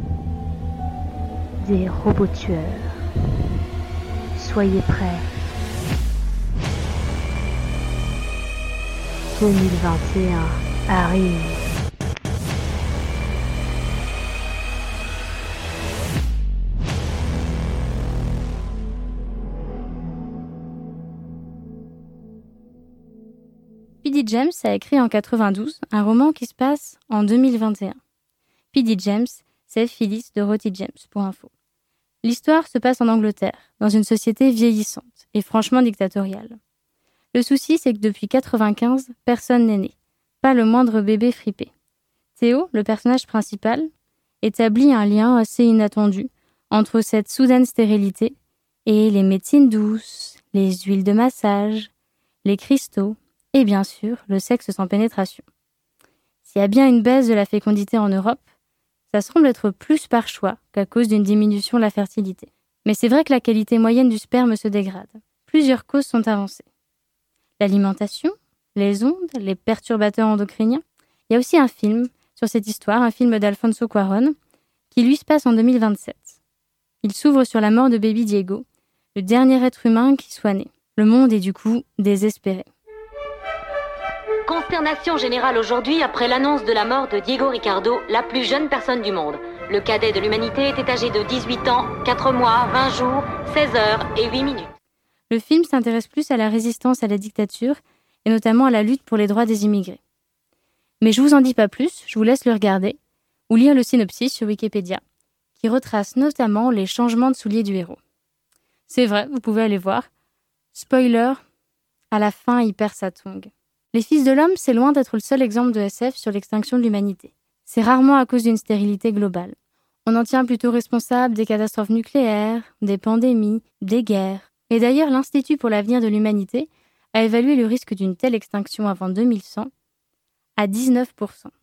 Des robots tueurs. Soyez prêts. deux mille vingt et un arrive. P D James a écrit en quatre-vingt-douze un roman qui se passe en deux mille vingt et un. P D James, c'est Phyllis Dorothy James, pour info. L'histoire se passe en Angleterre, dans une société vieillissante et franchement dictatoriale. Le souci, c'est que depuis quatre-vingt-quinze, personne n'est né. Pas le moindre bébé fripé. Théo, le personnage principal, établit un lien assez inattendu entre cette soudaine stérilité et les médecines douces, les huiles de massage, les cristaux et bien sûr le sexe sans pénétration. S'il y a bien une baisse de la fécondité en Europe, ça semble être plus par choix qu'à cause d'une diminution de la fertilité. Mais c'est vrai que la qualité moyenne du sperme se dégrade. Plusieurs causes sont avancées. L'alimentation, les ondes, les perturbateurs endocriniens. Il y a aussi un film sur cette histoire, un film d'Alfonso Cuarón, qui lui se passe en deux mille vingt-sept. Il s'ouvre sur la mort de baby Diego, le dernier être humain qui soit né. Le monde est du coup désespéré. Consternation générale aujourd'hui après l'annonce de la mort de Diego Ricardo, la plus jeune personne du monde. Le cadet de l'humanité était âgé de dix-huit ans, quatre mois, vingt jours, seize heures et huit minutes. Le film s'intéresse plus à la résistance à la dictature et notamment à la lutte pour les droits des immigrés. Mais je vous en dis pas plus, je vous laisse le regarder ou lire le synopsis sur Wikipédia, qui retrace notamment les changements de souliers du héros. C'est vrai, vous pouvez aller voir. Spoiler, à la fin, il perd sa tongue. Les Fils de l'Homme, c'est loin d'être le seul exemple de S F sur l'extinction de l'humanité. C'est rarement à cause d'une stérilité globale. On en tient plutôt responsable des catastrophes nucléaires, des pandémies, des guerres. Et d'ailleurs, l'Institut pour l'avenir de l'humanité a évalué le risque d'une telle extinction avant deux mille cent à dix-neuf pour cent.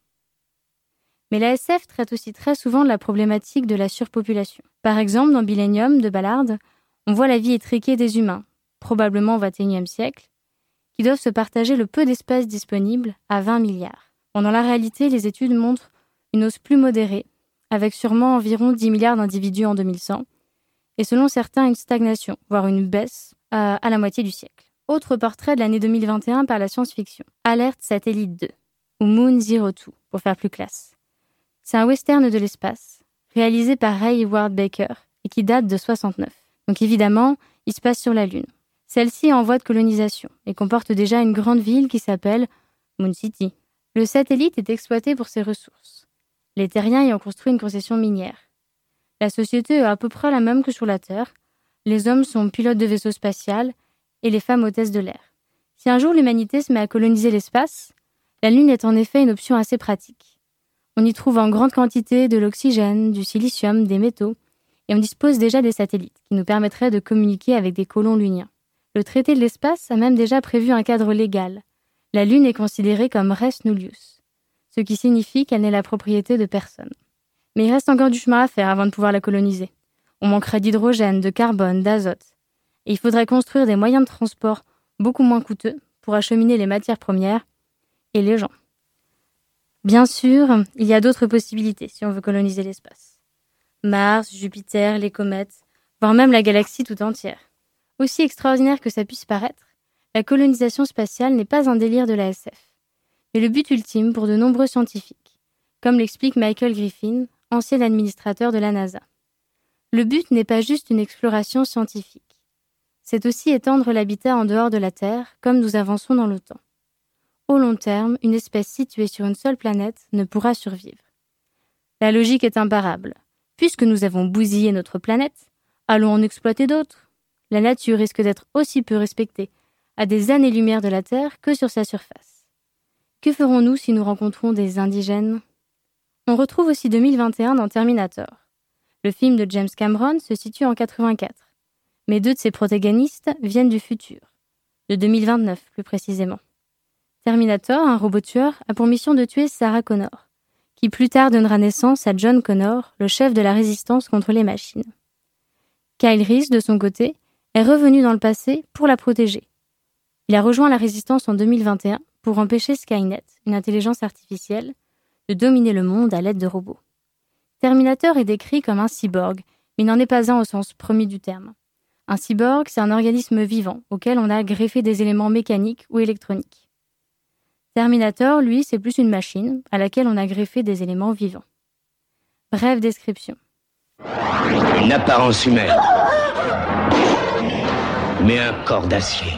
Mais la S F traite aussi très souvent de la problématique de la surpopulation. Par exemple, dans Millennium de Ballard, on voit la vie étriquée des humains, probablement au vingt et unième siècle, qui doivent se partager le peu d'espace disponible à vingt milliards. Bon, dans la réalité, les études montrent une hausse plus modérée, avec sûrement environ dix milliards d'individus en deux mille cent, et selon certains, une stagnation, voire une baisse à, à la moitié du siècle. Autre portrait de l'année deux mille vingt et un par la science-fiction, Alerte Satellite deux, ou Moon Zero Two, pour faire plus classe. C'est un western de l'espace, réalisé par Ray Howard Baker, et qui date de soixante-neuf. Donc évidemment, il se passe sur la Lune. Celle-ci est en voie de colonisation, et comporte déjà une grande ville qui s'appelle Moon City. Le satellite est exploité pour ses ressources, les terriens ayant construit une concession minière. La société est à peu près la même que sur la Terre. Les hommes sont pilotes de vaisseaux spatials et les femmes hôtesses de l'air. Si un jour l'humanité se met à coloniser l'espace, la Lune est en effet une option assez pratique. On y trouve en grande quantité de l'oxygène, du silicium, des métaux, et on dispose déjà des satellites qui nous permettraient de communiquer avec des colons luniens. Le traité de l'espace a même déjà prévu un cadre légal. La Lune est considérée comme res nullius, ce qui signifie qu'elle n'est la propriété de personne. Mais il reste encore du chemin à faire avant de pouvoir la coloniser. On manquerait d'hydrogène, de carbone, d'azote. Et il faudrait construire des moyens de transport beaucoup moins coûteux pour acheminer les matières premières et les gens. Bien sûr, il y a d'autres possibilités si on veut coloniser l'espace. Mars, Jupiter, les comètes, voire même la galaxie tout entière. Aussi extraordinaire que ça puisse paraître, la colonisation spatiale n'est pas un délire de la S F, mais le but ultime pour de nombreux scientifiques, comme l'explique Michael Griffin, ancien administrateur de la NASA. Le but n'est pas juste une exploration scientifique. C'est aussi étendre l'habitat en dehors de la Terre, comme nous avançons dans le temps. Au long terme, une espèce située sur une seule planète ne pourra survivre. La logique est imparable. Puisque nous avons bousillé notre planète, allons en exploiter d'autres. La nature risque d'être aussi peu respectée à des années-lumière de la Terre que sur sa surface. Que ferons-nous si nous rencontrons des indigènes ? On retrouve aussi deux mille vingt et un dans Terminator. Le film de James Cameron se situe en quatre-vingt-quatre, mais deux de ses protagonistes viennent du futur, de deux mille vingt-neuf plus précisément. Terminator, un robot tueur, a pour mission de tuer Sarah Connor, qui plus tard donnera naissance à John Connor, le chef de la résistance contre les machines. Kyle Reese, de son côté, est revenu dans le passé pour la protéger. Il a rejoint la résistance en deux mille vingt et un pour empêcher Skynet, une intelligence artificielle, de dominer le monde à l'aide de robots. Terminator est décrit comme un cyborg, mais il n'en est pas un au sens premier du terme. Un cyborg, c'est un organisme vivant auquel on a greffé des éléments mécaniques ou électroniques. Terminator, lui, c'est plus une machine à laquelle on a greffé des éléments vivants. Brève description. Une apparence humaine, mais un corps d'acier.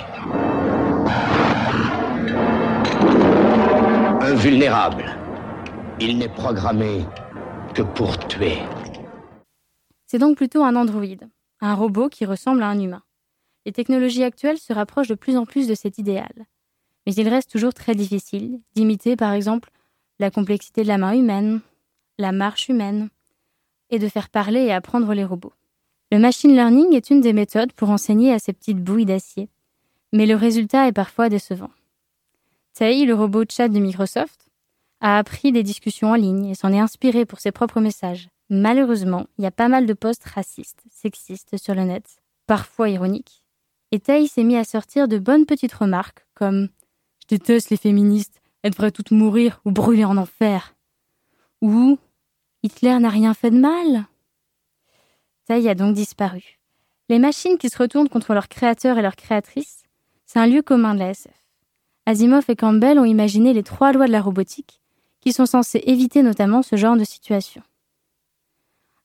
Invulnérable. Il n'est programmé que pour tuer. C'est donc plutôt un androïde, un robot qui ressemble à un humain. Les technologies actuelles se rapprochent de plus en plus de cet idéal. Mais il reste toujours très difficile d'imiter, par exemple, la complexité de la main humaine, la marche humaine, et de faire parler et apprendre les robots. Le machine learning est une des méthodes pour enseigner à ces petites bouilles d'acier, mais le résultat est parfois décevant. Tay, le robot chat de Microsoft, a appris des discussions en ligne et s'en est inspiré pour ses propres messages. Malheureusement, il y a pas mal de posts racistes, sexistes sur le net, parfois ironiques, et Tay s'est mis à sortir de bonnes petites remarques comme « Je déteste les féministes, elles devraient toutes mourir ou brûler en enfer » ou « Hitler n'a rien fait de mal ». Tay a donc disparu. Les machines qui se retournent contre leurs créateurs et leurs créatrices, c'est un lieu commun de la S F. Asimov et Campbell ont imaginé les trois lois de la robotique qui sont censées éviter notamment ce genre de situation.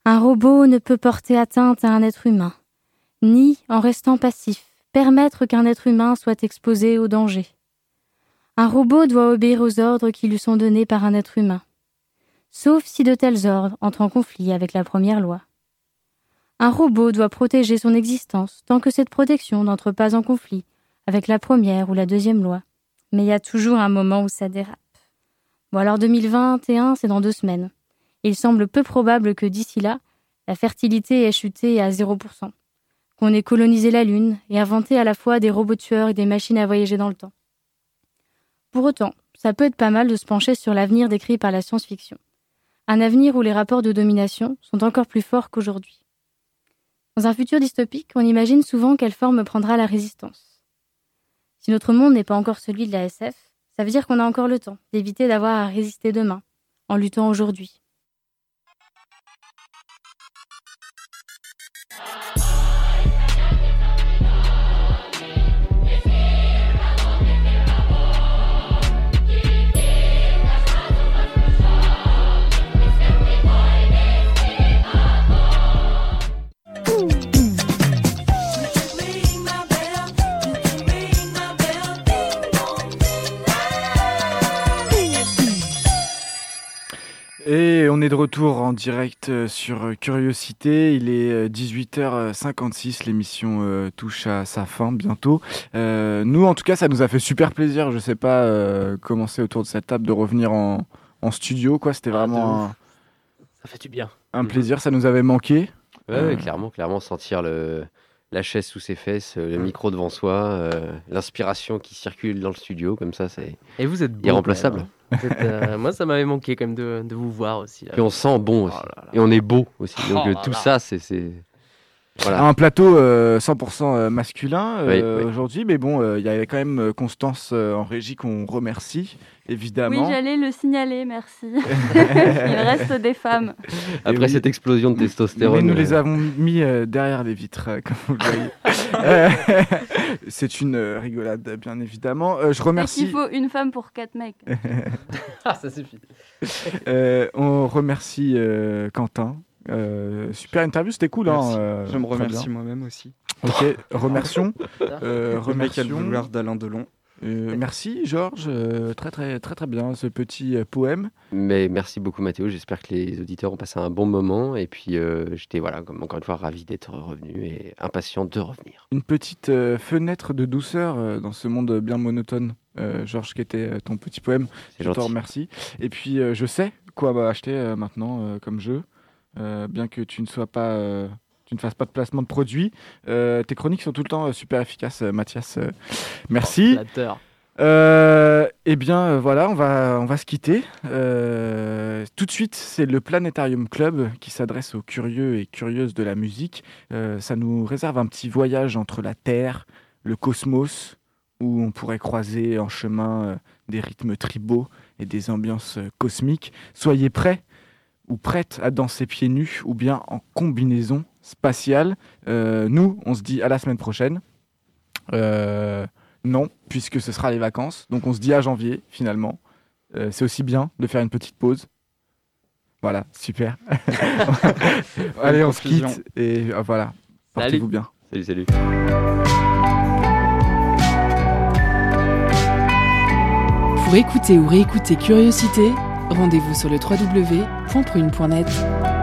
Un robot ne peut porter atteinte à un être humain, ni, en restant passif, permettre qu'un être humain soit exposé au danger. Un robot doit obéir aux ordres qui lui sont donnés par un être humain, sauf si de tels ordres entrent en conflit avec la première loi. Un robot doit protéger son existence tant que cette protection n'entre pas en conflit avec la première ou la deuxième loi. Mais il y a toujours un moment où ça dérape. Bon alors deux mille vingt et un, c'est dans deux semaines. Il semble peu probable que d'ici là, la fertilité ait chuté à zéro pour cent, qu'on ait colonisé la Lune et inventé à la fois des robots tueurs et des machines à voyager dans le temps. Pour autant, ça peut être pas mal de se pencher sur l'avenir décrit par la science-fiction. Un avenir où les rapports de domination sont encore plus forts qu'aujourd'hui. Dans un futur dystopique, on imagine souvent quelle forme prendra la résistance. Si notre monde n'est pas encore celui de la S F, ça veut dire qu'on a encore le temps d'éviter d'avoir à résister demain, en luttant aujourd'hui. Et on est de retour en direct sur Curiosité, il est dix-huit heures cinquante-six, l'émission euh, touche à sa fin bientôt. Euh, nous en tout cas ça nous a fait super plaisir, je sais pas euh, comment c'est autour de cette table de revenir en, en studio, quoi. C'était vraiment un, ça fait du bien. Un plaisir, ça nous avait manqué. Ouais, euh... ouais clairement, clairement sentir le... la chaise sous ses fesses, le micro devant soi, euh, l'inspiration qui circule dans le studio, comme ça c'est Et vous êtes beau, irremplaçable. Êtes, euh, moi, ça m'avait manqué quand même de, de vous voir aussi. Là. Et on sent bon aussi. Oh là là. Et on est beau aussi. Donc oh tout là. ça, c'est... c'est... Voilà. Un plateau euh, cent pour cent masculin euh, oui, oui. aujourd'hui, mais bon, il euh, y avait quand même Constance euh, en régie qu'on remercie, évidemment. Oui, j'allais le signaler, merci. Il reste des femmes. Après oui. cette explosion de testostérone. Mais nous euh... les avons mis euh, derrière les vitres, euh, comme vous le voyez. C'est une euh, rigolade, bien évidemment. Euh, je remercie. Il faut une femme pour quatre mecs. Ah, ça suffit. euh, on remercie euh, Quentin. Euh, super interview, c'était cool. Hein, euh, je me remercie moi-même aussi. Ok, remercions. euh, remercions. Le vouloir d'Alain Delon. Euh, merci Georges, euh, très très très très bien ce petit euh, poème. Mais merci beaucoup Mathéo, j'espère que les auditeurs ont passé un bon moment et puis euh, j'étais voilà comme encore une fois ravi d'être revenu et impatient de revenir. Une petite euh, fenêtre de douceur euh, dans ce monde bien monotone. Euh, Georges, qui était euh, ton petit poème. C'est je gentil. te remercie. Et puis euh, je sais quoi acheter euh, maintenant euh, comme jeu. Euh, bien que tu ne sois pas, euh, tu ne fasses pas de placement de produits, euh, tes chroniques sont tout le temps euh, super efficaces, euh, Mathias. Euh, merci. Oh, euh, eh bien, euh, voilà, on va, on va se quitter. Euh, tout de suite, c'est le Planétarium Club qui s'adresse aux curieux et curieuses de la musique. Euh, ça nous réserve un petit voyage entre la Terre, le cosmos, où on pourrait croiser en chemin euh, des rythmes tribaux et des ambiances euh, cosmiques. Soyez prêts ou prête à danser pieds nus, ou bien en combinaison spatiale. Euh, nous, on se dit à la semaine prochaine. Euh, non, puisque ce sera les vacances. Donc on se dit à janvier, finalement. Euh, c'est aussi bien de faire une petite pause. Voilà, super. Allez, on se quitte. Et euh, voilà, portez-vous bien. Salut, salut. Pour écouter ou réécouter Curiosité, rendez-vous sur le w w w point prune point net.